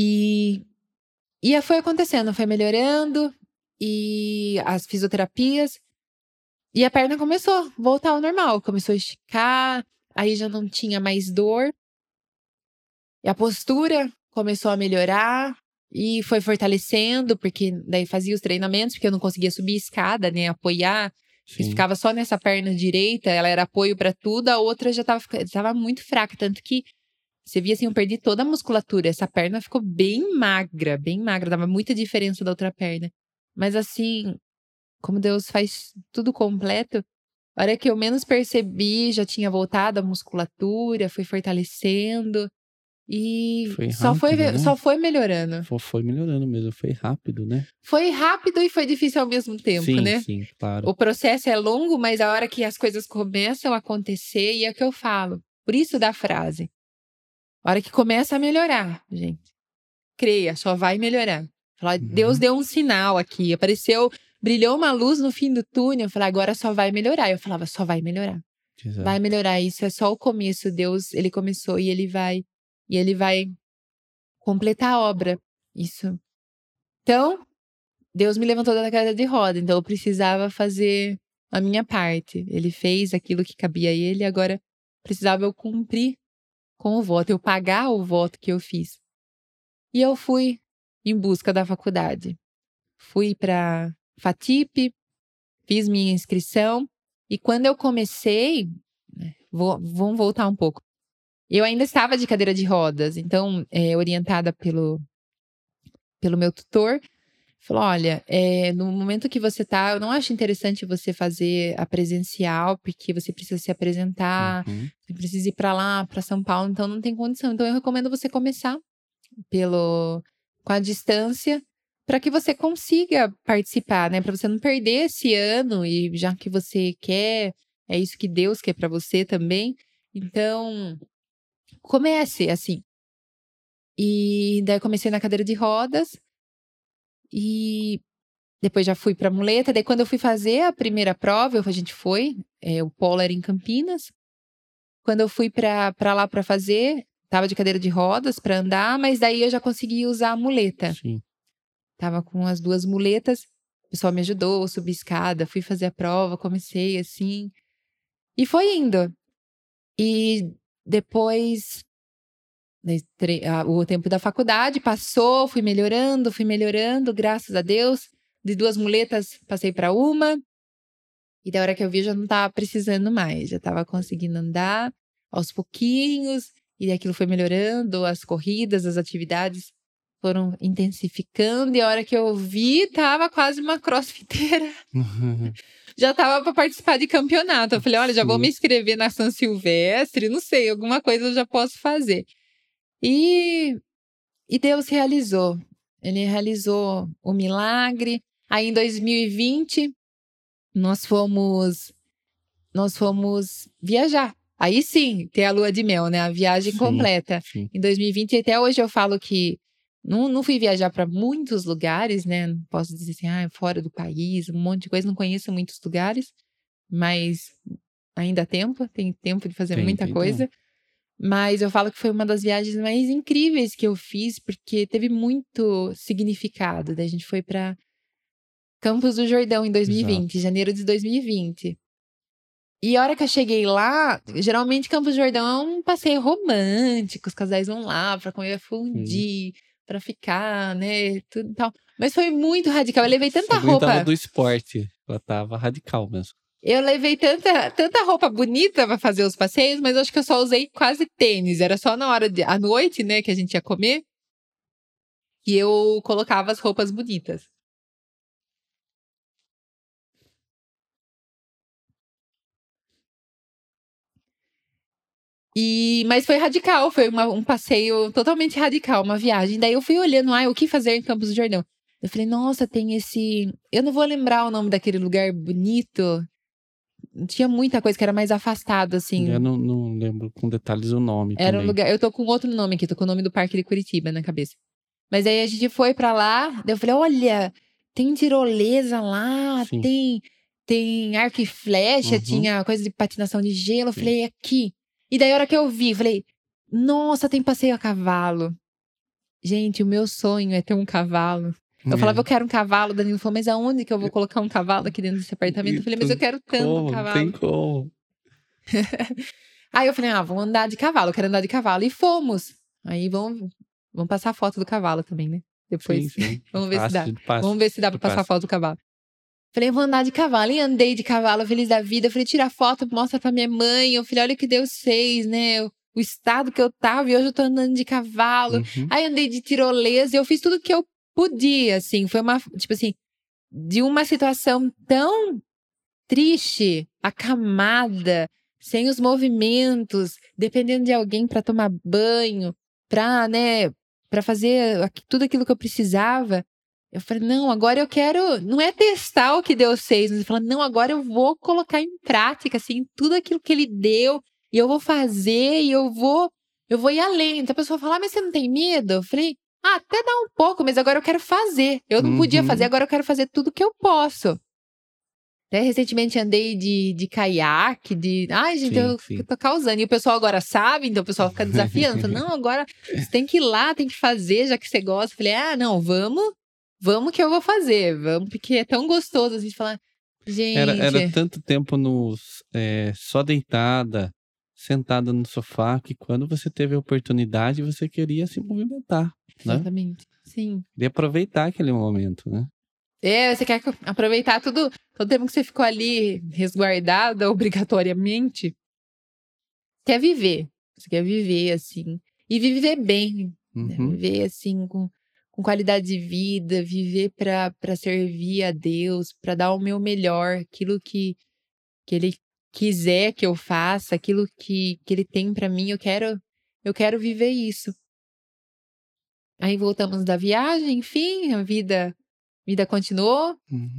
E foi acontecendo, foi melhorando. E as fisioterapias. E a perna começou a voltar ao normal. Começou a esticar. Aí já não tinha mais dor. E a postura começou a melhorar. E foi fortalecendo, porque daí fazia os treinamentos, porque eu não conseguia subir escada, né? Apoiar. Porque Sim. ficava só nessa perna direita, ela era apoio pra tudo, a outra já tava muito fraca. Tanto que você via assim, eu perdi toda a musculatura. Essa perna ficou bem magra, dava muita diferença da outra perna. Mas assim, como Deus faz tudo completo, a hora que eu menos percebi, já tinha voltado a musculatura, foi fortalecendo e Foi rápido, né? só foi melhorando. Foi melhorando mesmo. Foi rápido, né? Foi rápido e foi difícil ao mesmo tempo, Sim, né? sim, claro. O processo é longo, mas a hora que as coisas começam a acontecer, e é o que eu falo. Por isso da frase. A hora que começa a melhorar, gente. Creia, só vai melhorar. Falar, Deus Uhum. deu um sinal aqui, brilhou uma luz no fim do túnel. Eu falei, agora só vai melhorar. Eu falava, só vai melhorar. Vai Exato. melhorar. Isso é só o começo. Deus, ele começou e ele vai completar a obra. Isso. Então, Deus me levantou da cadeira de roda. Então, eu precisava fazer a minha parte. Ele fez aquilo que cabia a ele. Agora, precisava eu cumprir com o voto, eu pagar o voto que eu fiz. E eu fui em busca da faculdade. Fui para FATIP, fiz minha inscrição. E quando eu comecei, vamos voltar um pouco. Eu ainda estava de cadeira de rodas, então, orientada pelo meu tutor, falou: olha, no momento que você tá, eu não acho interessante você fazer a presencial, porque você precisa se apresentar, Uhum. você precisa ir para lá, para São Paulo, então não tem condição. Então eu recomendo você começar com a distância, para que você consiga participar, né? Para você não perder esse ano, e já que você quer, é isso que Deus quer para você também. Então, comece assim. E daí eu comecei na cadeira de rodas e depois já fui para muleta. Daí quando eu fui fazer a primeira prova, a gente foi, o polo era em Campinas. Quando eu fui para lá para fazer, tava de cadeira de rodas para andar, mas daí eu já consegui usar a muleta. Sim. Tava com as 2 muletas, o pessoal me ajudou, subi escada, fui fazer a prova, comecei assim, e foi indo. E depois, o tempo da faculdade passou, fui melhorando, graças a Deus. De 2 muletas, passei para uma. E da hora que eu vi, já não tava precisando mais, já tava conseguindo andar aos pouquinhos, e aquilo foi melhorando, as corridas, as atividades foram intensificando, e a hora que eu vi, tava quase uma crossfiteira. Já tava para participar de campeonato. Eu falei, olha, já vou me Sim. inscrever na São Silvestre, não sei, alguma coisa eu já posso fazer. E Deus realizou. Ele realizou o milagre. Aí em 2020, nós fomos viajar. Aí sim, ter a lua de mel, né? A viagem Sim, completa. sim. Em 2020, até hoje eu falo que não fui viajar para muitos lugares, né? Não posso dizer assim, fora do país, um monte de coisa. Não conheço muitos lugares, mas ainda há tempo, tem tempo de fazer muita Tem coisa. tempo. Mas eu falo que foi uma das viagens mais incríveis que eu fiz, porque teve muito significado. Daí a gente foi para Campos do Jordão em 2020, Exato. janeiro de 2020. E a hora que eu cheguei lá, geralmente Campos do Jordão é um passeio romântico, os casais vão lá pra comer fondue, pra ficar, né, tudo e tal. Mas foi muito radical, eu levei tanta Sabrina tava roupa, do esporte. Ela tava radical mesmo. eu levei tanta roupa bonita pra fazer os passeios, mas eu acho que eu só usei quase tênis, era só na hora à noite, né, que a gente ia comer, que eu colocava as roupas bonitas. Mas foi radical, foi um passeio totalmente radical, uma viagem. Daí eu fui olhando, o que fazer em Campos do Jordão? Eu falei, nossa, tem esse... Eu não vou lembrar o nome daquele lugar bonito. Tinha muita coisa que era mais afastado, assim. Eu não lembro com detalhes o nome Era um também. lugar... Eu tô com outro nome aqui, tô com o nome do Parque de Curitiba na cabeça. Mas aí a gente foi pra lá, daí eu falei, olha, tem tirolesa lá, Sim. tem arco e flecha, Uhum. tinha coisa de patinação de gelo. Eu Sim. falei, aqui. E daí a hora que eu vi, falei, nossa, tem passeio a cavalo. Gente, o meu sonho é ter um cavalo. Eu falava, eu quero um cavalo. Danilo falou, mas aonde que eu vou colocar um cavalo aqui dentro desse apartamento? Eu falei, mas eu quero tanto um Como? Não tem cavalo. como. Aí eu falei, vamos andar de cavalo, eu quero andar de cavalo. E fomos. Aí vamos passar a foto do cavalo também, né? Depois, Sim. vamos ver se Passa, dá. a gente passa. Vamos ver se dá pra passar a foto do cavalo. Falei, eu vou andar de cavalo. E andei de cavalo, feliz da vida. Eu falei, tira foto, mostra pra minha mãe. Eu falei, olha o que Deus fez, né? O estado que eu tava e hoje eu tô andando de cavalo. Uhum. Aí andei de tirolesa e eu fiz tudo que eu podia, assim. Foi tipo assim, de uma situação tão triste, acamada, sem os movimentos, dependendo de alguém pra tomar banho, pra, né, pra fazer tudo aquilo que eu precisava. Eu falei, não, agora eu quero, não é testar o que Deus fez, mas eu falei, não, agora eu vou colocar em prática, assim, tudo aquilo que Ele deu, e eu vou fazer, e eu vou ir além. Então a pessoa fala, mas você não tem medo? Eu falei, até dá um pouco, mas agora eu quero fazer. Eu não podia fazer, agora eu quero fazer tudo que eu posso. Até recentemente andei de caiaque, Ai, gente, eu tô causando. E o pessoal agora sabe, então o pessoal fica desafiando. Fala, não, agora você tem que ir lá, tem que fazer, já que você gosta. Eu falei, não, vamos que eu vou fazer. Vamos, porque é tão gostoso a gente falar, gente... Era tanto tempo só deitada, sentada no sofá, que quando você teve a oportunidade, você queria se movimentar, né? Exatamente, sim. E aproveitar aquele momento, né? Você quer aproveitar todo o tempo que você ficou ali resguardada obrigatoriamente. Quer viver. Você quer viver, assim. E viver bem. Né? Viver, assim, com qualidade de vida. Viver pra servir a Deus. Pra dar o meu melhor. Aquilo que Ele quiser que eu faça. Aquilo que Ele tem pra mim. Eu quero viver isso. Aí voltamos da viagem, enfim. A vida continuou.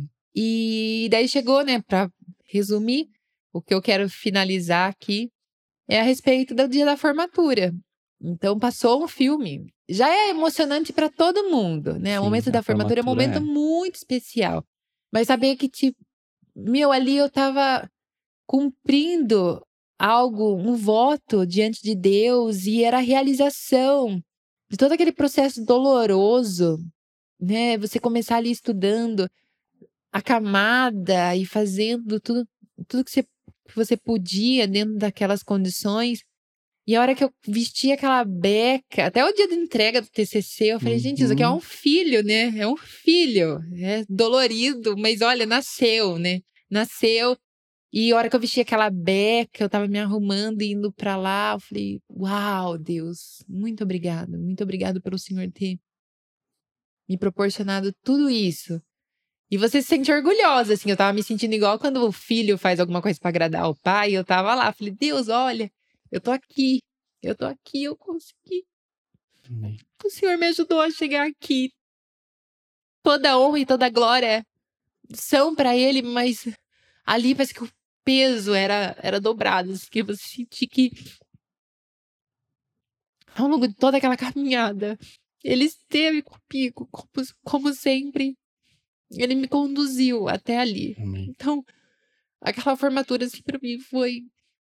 E daí chegou, né, pra resumir, o que eu quero finalizar aqui é a respeito do dia da formatura. Então passou um filme. Já é emocionante pra todo mundo, né? O momento da formatura é um momento muito especial. Mas saber que, tipo, ali eu tava cumprindo algo, um voto diante de Deus, e era a realização de todo aquele processo doloroso, né? Você começar ali estudando acamada e fazendo tudo que você podia dentro daquelas condições. E a hora que eu vesti aquela beca, até o dia da entrega do TCC, eu falei, gente, isso aqui é um filho, né? É um filho. É dolorido, mas olha, nasceu, né? Nasceu. E a hora que eu vesti aquela beca, eu tava me arrumando e indo pra lá, eu falei, uau, Deus, muito obrigado. Muito obrigado pelo Senhor ter me proporcionado tudo isso. E você se sente orgulhosa, assim. Eu tava me sentindo igual quando o filho faz alguma coisa pra agradar o pai. Eu tava lá, falei, Deus, olha, eu tô aqui, eu consegui. Amém. O Senhor me ajudou a chegar aqui. Toda a honra e toda a glória são para Ele, mas ali parece que o peso era dobrado. Assim, que eu senti que ao longo de toda aquela caminhada, Ele esteve comigo, como sempre. Ele me conduziu até ali. Amém. Então, aquela formatura, assim, pra mim foi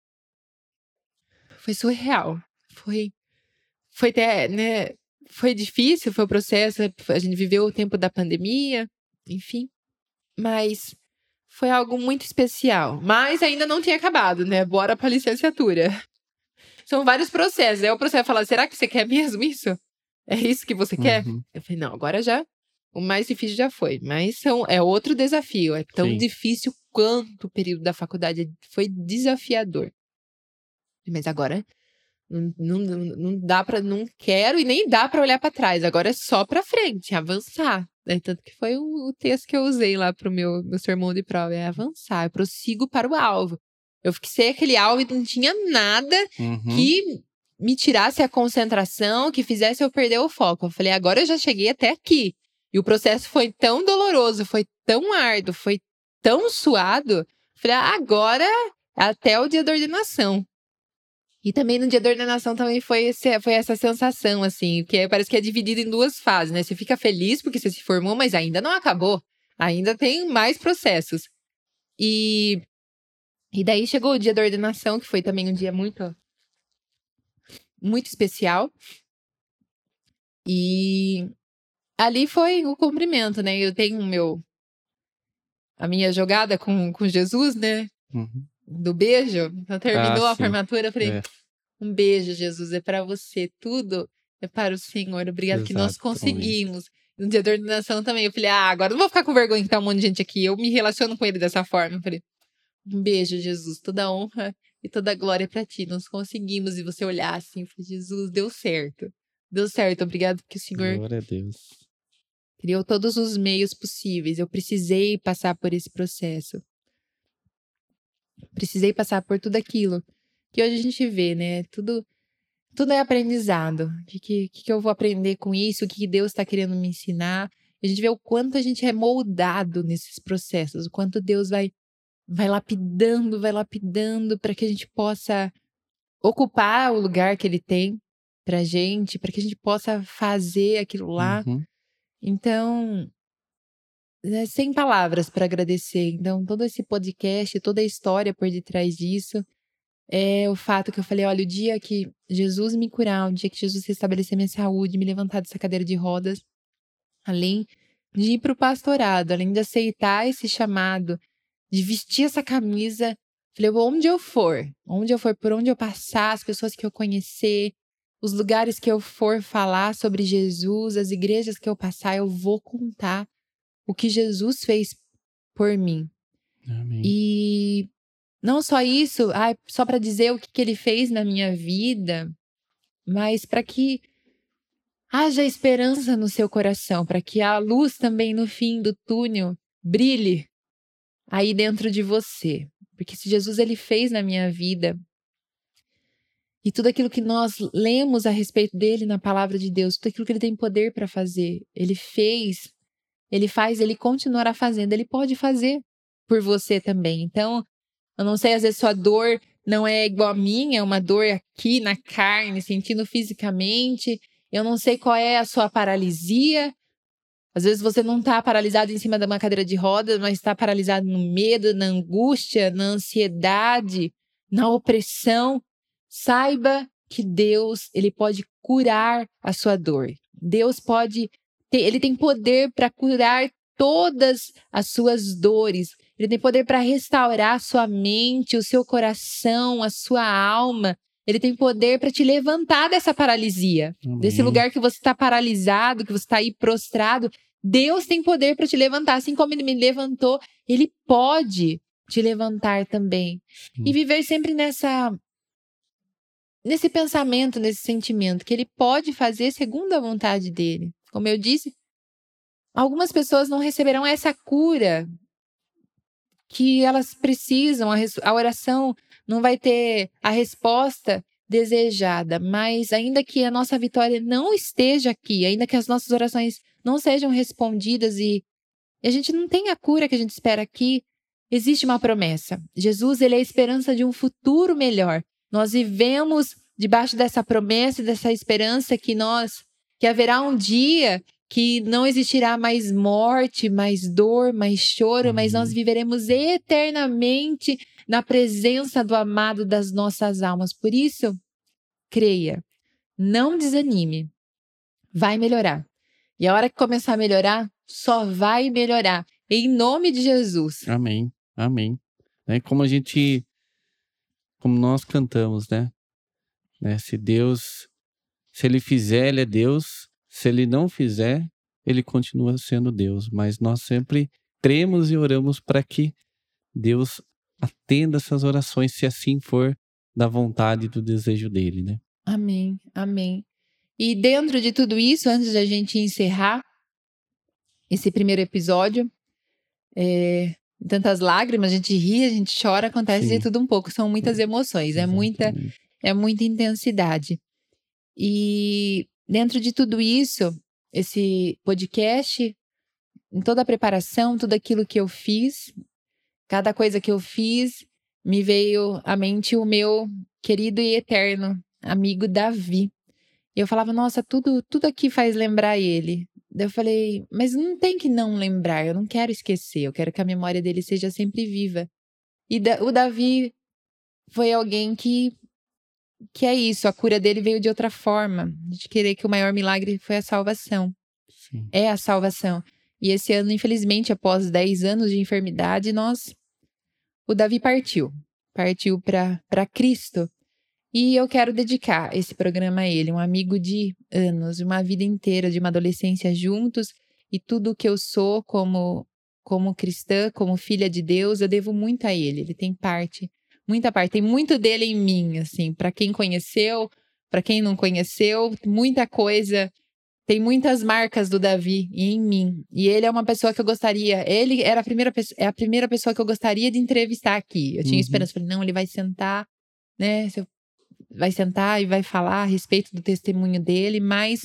surreal. Foi até, né? Foi difícil, foi o processo. A gente viveu o tempo da pandemia, enfim. Mas foi algo muito especial. Mas ainda não tinha acabado, né? Bora pra licenciatura. São vários processos. Aí o processo fala: será que você quer mesmo isso? É isso que você quer? Uhum. Eu falei: não, agora já. O mais difícil já foi. Mas é outro desafio. É tão Sim. difícil quanto o período da faculdade foi desafiador. Mas agora não dá pra. Não quero e nem dá pra olhar pra trás. Agora é só pra frente, avançar. Tanto que foi o texto que eu usei lá pro meu sermão de prova. É avançar. Eu prossigo para o alvo. Eu fixei aquele alvo e não tinha nada Uhum. que me tirasse a concentração, que fizesse eu perder o foco. Eu falei: agora eu já cheguei até aqui. E o processo foi tão doloroso, foi tão árduo, foi tão suado. Eu falei: agora até o dia da ordenação. E também no dia da ordenação também foi essa sensação, assim, que parece que é dividido em duas fases, né? Você fica feliz porque você se formou, mas ainda não acabou. Ainda tem mais processos. E daí chegou o dia da ordenação, que foi também um dia muito, muito especial. E ali foi o cumprimento, né? Eu tenho a minha jogada com Jesus, né? Uhum. Do beijo. Então terminou a sim. formatura, eu falei: É. um beijo, Jesus, é para você. Tudo é para o Senhor. Obrigado que nós Exatamente. conseguimos. No dia da ordenação também, eu falei: agora eu não vou ficar com vergonha que tá um monte de gente aqui. Eu me relaciono com ele dessa forma. Eu falei: um beijo, Jesus. Toda honra e toda glória para ti. Nós conseguimos. E você olhar assim, falei: Jesus, deu certo. Deu certo. Obrigado porque o Senhor Glória a Deus. criou todos os meios possíveis. Eu precisei passar por esse processo. Precisei passar por tudo aquilo que hoje a gente vê, né? Tudo é aprendizado. O que eu vou aprender com isso? O que Deus está querendo me ensinar? A gente vê o quanto a gente é moldado nesses processos. O quanto Deus vai lapidando para que a gente possa ocupar o lugar que Ele tem pra gente, para que a gente possa fazer aquilo lá. Uhum. Então, sem palavras para agradecer. Então, todo esse podcast, toda a história por detrás disso, é o fato que eu falei: olha, o dia que Jesus me curar, o dia que Jesus restabelecer minha saúde, me levantar dessa cadeira de rodas, além de ir para o pastorado, além de aceitar esse chamado, de vestir essa camisa, falei: onde eu for, por onde eu passar, as pessoas que eu conhecer, os lugares que eu for falar sobre Jesus, as igrejas que eu passar, eu vou contar o que Jesus fez por mim. Amém. E não só isso, só para dizer o que ele fez na minha vida, mas para que haja esperança no seu coração, para que a luz também no fim do túnel brilhe aí dentro de você. Porque se Jesus ele fez na minha vida, e tudo aquilo que nós lemos a respeito dele na palavra de Deus, tudo aquilo que ele tem poder para fazer, ele fez, ele faz, ele continuará fazendo, ele pode fazer por você também. Então, eu não sei, às vezes sua dor não é igual a minha, é uma dor aqui na carne, sentindo fisicamente. Eu não sei qual é a sua paralisia. Às vezes você não está paralisado em cima de uma cadeira de rodas, mas está paralisado no medo, na angústia, na ansiedade, na opressão. Saiba que Deus, ele pode curar a sua dor. Deus ele tem poder para curar todas as suas dores. Ele tem poder para restaurar a sua mente, o seu coração, a sua alma. Ele tem poder para te levantar dessa paralisia, Amém. desse lugar que você está paralisado, que você está aí prostrado. Deus tem poder para te levantar, assim como Ele me levantou, Ele pode te levantar também. Sim. E viver sempre nesse pensamento, nesse sentimento, que Ele pode fazer segundo a vontade dEle. Como eu disse, algumas pessoas não receberão essa cura que elas precisam, a oração não vai ter a resposta desejada, mas ainda que a nossa vitória não esteja aqui, ainda que as nossas orações não sejam respondidas e a gente não tem a cura que a gente espera aqui, existe uma promessa. Jesus, ele é a esperança de um futuro melhor. Nós vivemos debaixo dessa promessa e dessa esperança que haverá um dia que não existirá mais morte, mais dor, mais choro, mas nós viveremos eternamente na presença do amado das nossas almas. Por isso, creia, não desanime, vai melhorar. E a hora que começar a melhorar, só vai melhorar. Em nome de Jesus. Amém, amém. Como nós cantamos, né? Se ele fizer, ele é Deus. Se ele não fizer, ele continua sendo Deus. Mas nós sempre cremos e oramos para que Deus atenda essas orações, se assim for da vontade e do desejo dele, né? Amém, amém. E dentro de tudo isso, antes de a gente encerrar esse primeiro episódio, tantas lágrimas, a gente ri, a gente chora, acontece de tudo um pouco. São muitas emoções, é muita intensidade. E dentro de tudo isso, esse podcast, em toda a preparação, tudo aquilo que eu fiz, cada coisa que eu fiz, me veio à mente o meu querido e eterno amigo Davi. E eu falava, nossa, tudo aqui faz lembrar ele. Daí eu falei, mas não tem que não lembrar, eu não quero esquecer, eu quero que a memória dele seja sempre viva. E o Davi foi alguém que é isso, a cura dele veio de outra forma, de querer que o maior milagre foi a salvação. Sim. É a salvação. E esse ano, infelizmente, após 10 anos de enfermidade, o Davi partiu para Cristo. E eu quero dedicar esse programa a ele, um amigo de anos, uma vida inteira, de uma adolescência juntos, e tudo que eu sou como cristã, como filha de Deus, eu devo muito a ele. Ele tem muita parte, tem muito dele em mim, assim, para quem conheceu, para quem não conheceu, muita coisa, tem muitas marcas do Davi em mim. E ele é uma pessoa que ele era a primeira pessoa que eu gostaria de entrevistar aqui. Eu tinha esperança, falei, não, ele vai sentar, né, vai sentar e vai falar a respeito do testemunho dele, mas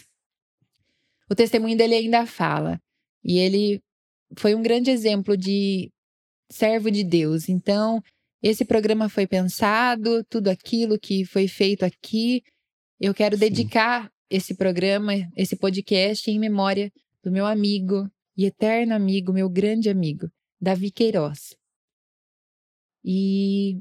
o testemunho dele ainda fala. E ele foi um grande exemplo de servo de Deus. Então, esse programa foi pensado, tudo aquilo que foi feito aqui, eu quero dedicar esse programa, esse podcast em memória do meu amigo e eterno amigo, meu grande amigo, Davi Queiroz. E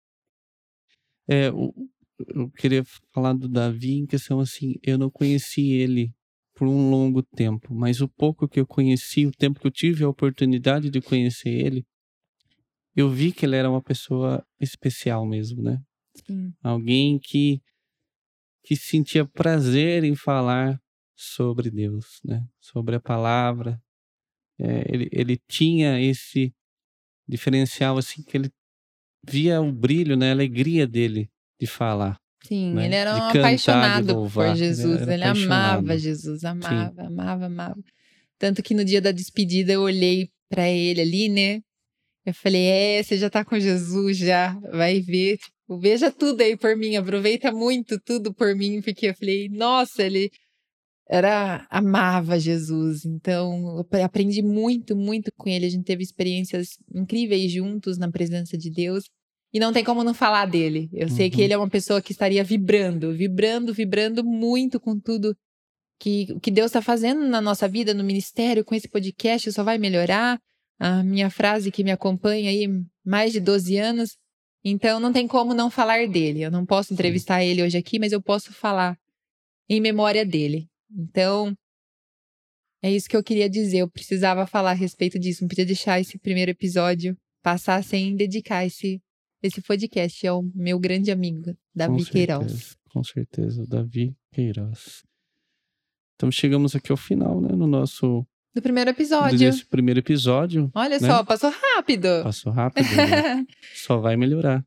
eu queria falar do Davi em questão assim, eu não conheci ele por um longo tempo, mas o pouco que eu conheci, o tempo que eu tive a oportunidade de conhecer ele, eu vi que ele era uma pessoa especial mesmo, né? Sim. Alguém que sentia prazer em falar sobre Deus, né? Sobre a palavra. Ele tinha esse diferencial assim, que ele via o brilho, né? A alegria dele de falar. Sim, né? ele era De um cantar, de apaixonado louvar. por Jesus, ele apaixonado. amava Jesus, amava. Tanto que no dia da despedida eu olhei pra ele ali, né? Eu falei, você já tá com Jesus já, vai ver, tipo, veja tudo aí por mim, aproveita muito tudo por mim, porque eu falei, nossa, ele amava Jesus, então eu aprendi muito com ele, a gente teve experiências incríveis juntos na presença de Deus, e não tem como não falar dele. Eu sei que ele é uma pessoa que estaria vibrando muito com tudo que Deus está fazendo na nossa vida, no ministério, com esse podcast, só vai melhorar. A minha frase que me acompanha aí mais de 12 anos. Então, não tem como não falar dele. Eu não posso entrevistar ele hoje aqui, mas eu posso falar em memória dele. Então, é isso que eu queria dizer. Eu precisava falar a respeito disso. Não podia deixar esse primeiro episódio passar sem dedicar esse podcast ao meu grande amigo, Davi Queiroz. Com certeza, Davi Queiroz. Então chegamos aqui ao final, né, do primeiro episódio. Desse primeiro episódio. Olha né? só, passou rápido. Né? Só vai melhorar.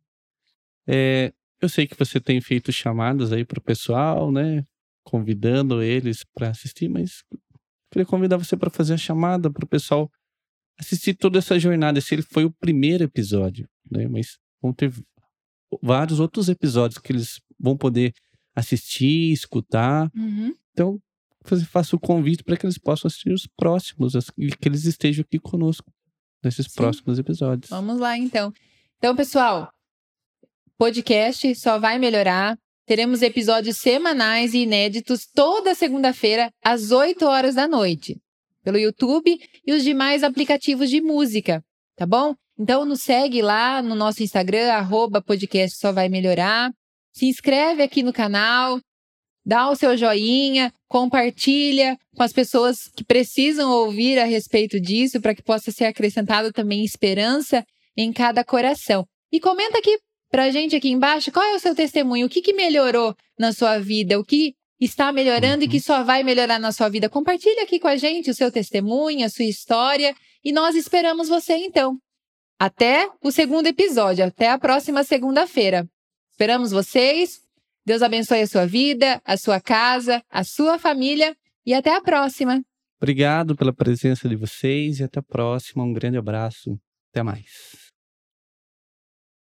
Eu sei que você tem feito chamadas aí pro pessoal, né? Convidando eles para assistir, mas queria convidar você para fazer a chamada pro pessoal assistir toda essa jornada. Esse foi o primeiro episódio, né? Mas vão ter vários outros episódios que eles vão poder assistir, escutar. Então, faço o convite para que eles possam assistir os próximos e que eles estejam aqui conosco nesses próximos episódios. Vamos lá, então. Então, pessoal, podcast Só Vai Melhorar. Teremos episódios semanais e inéditos toda segunda-feira, às 8 horas da noite, pelo YouTube e os demais aplicativos de música, tá bom? Então, nos segue lá no nosso Instagram, @podcast Só Vai Melhorar. Se inscreve aqui no canal, dá o seu joinha, compartilha com as pessoas que precisam ouvir a respeito disso, para que possa ser acrescentado também esperança em cada coração. E comenta aqui pra gente aqui embaixo, qual é o seu testemunho? O que melhorou na sua vida? O que está melhorando e que só vai melhorar na sua vida? Compartilha aqui com a gente o seu testemunho, a sua história. E nós esperamos você, então. Até o segundo episódio. Até a próxima segunda-feira. Esperamos vocês. Deus abençoe a sua vida, a sua casa, a sua família. E até a próxima. Obrigado pela presença de vocês e até a próxima. Um grande abraço. Até mais.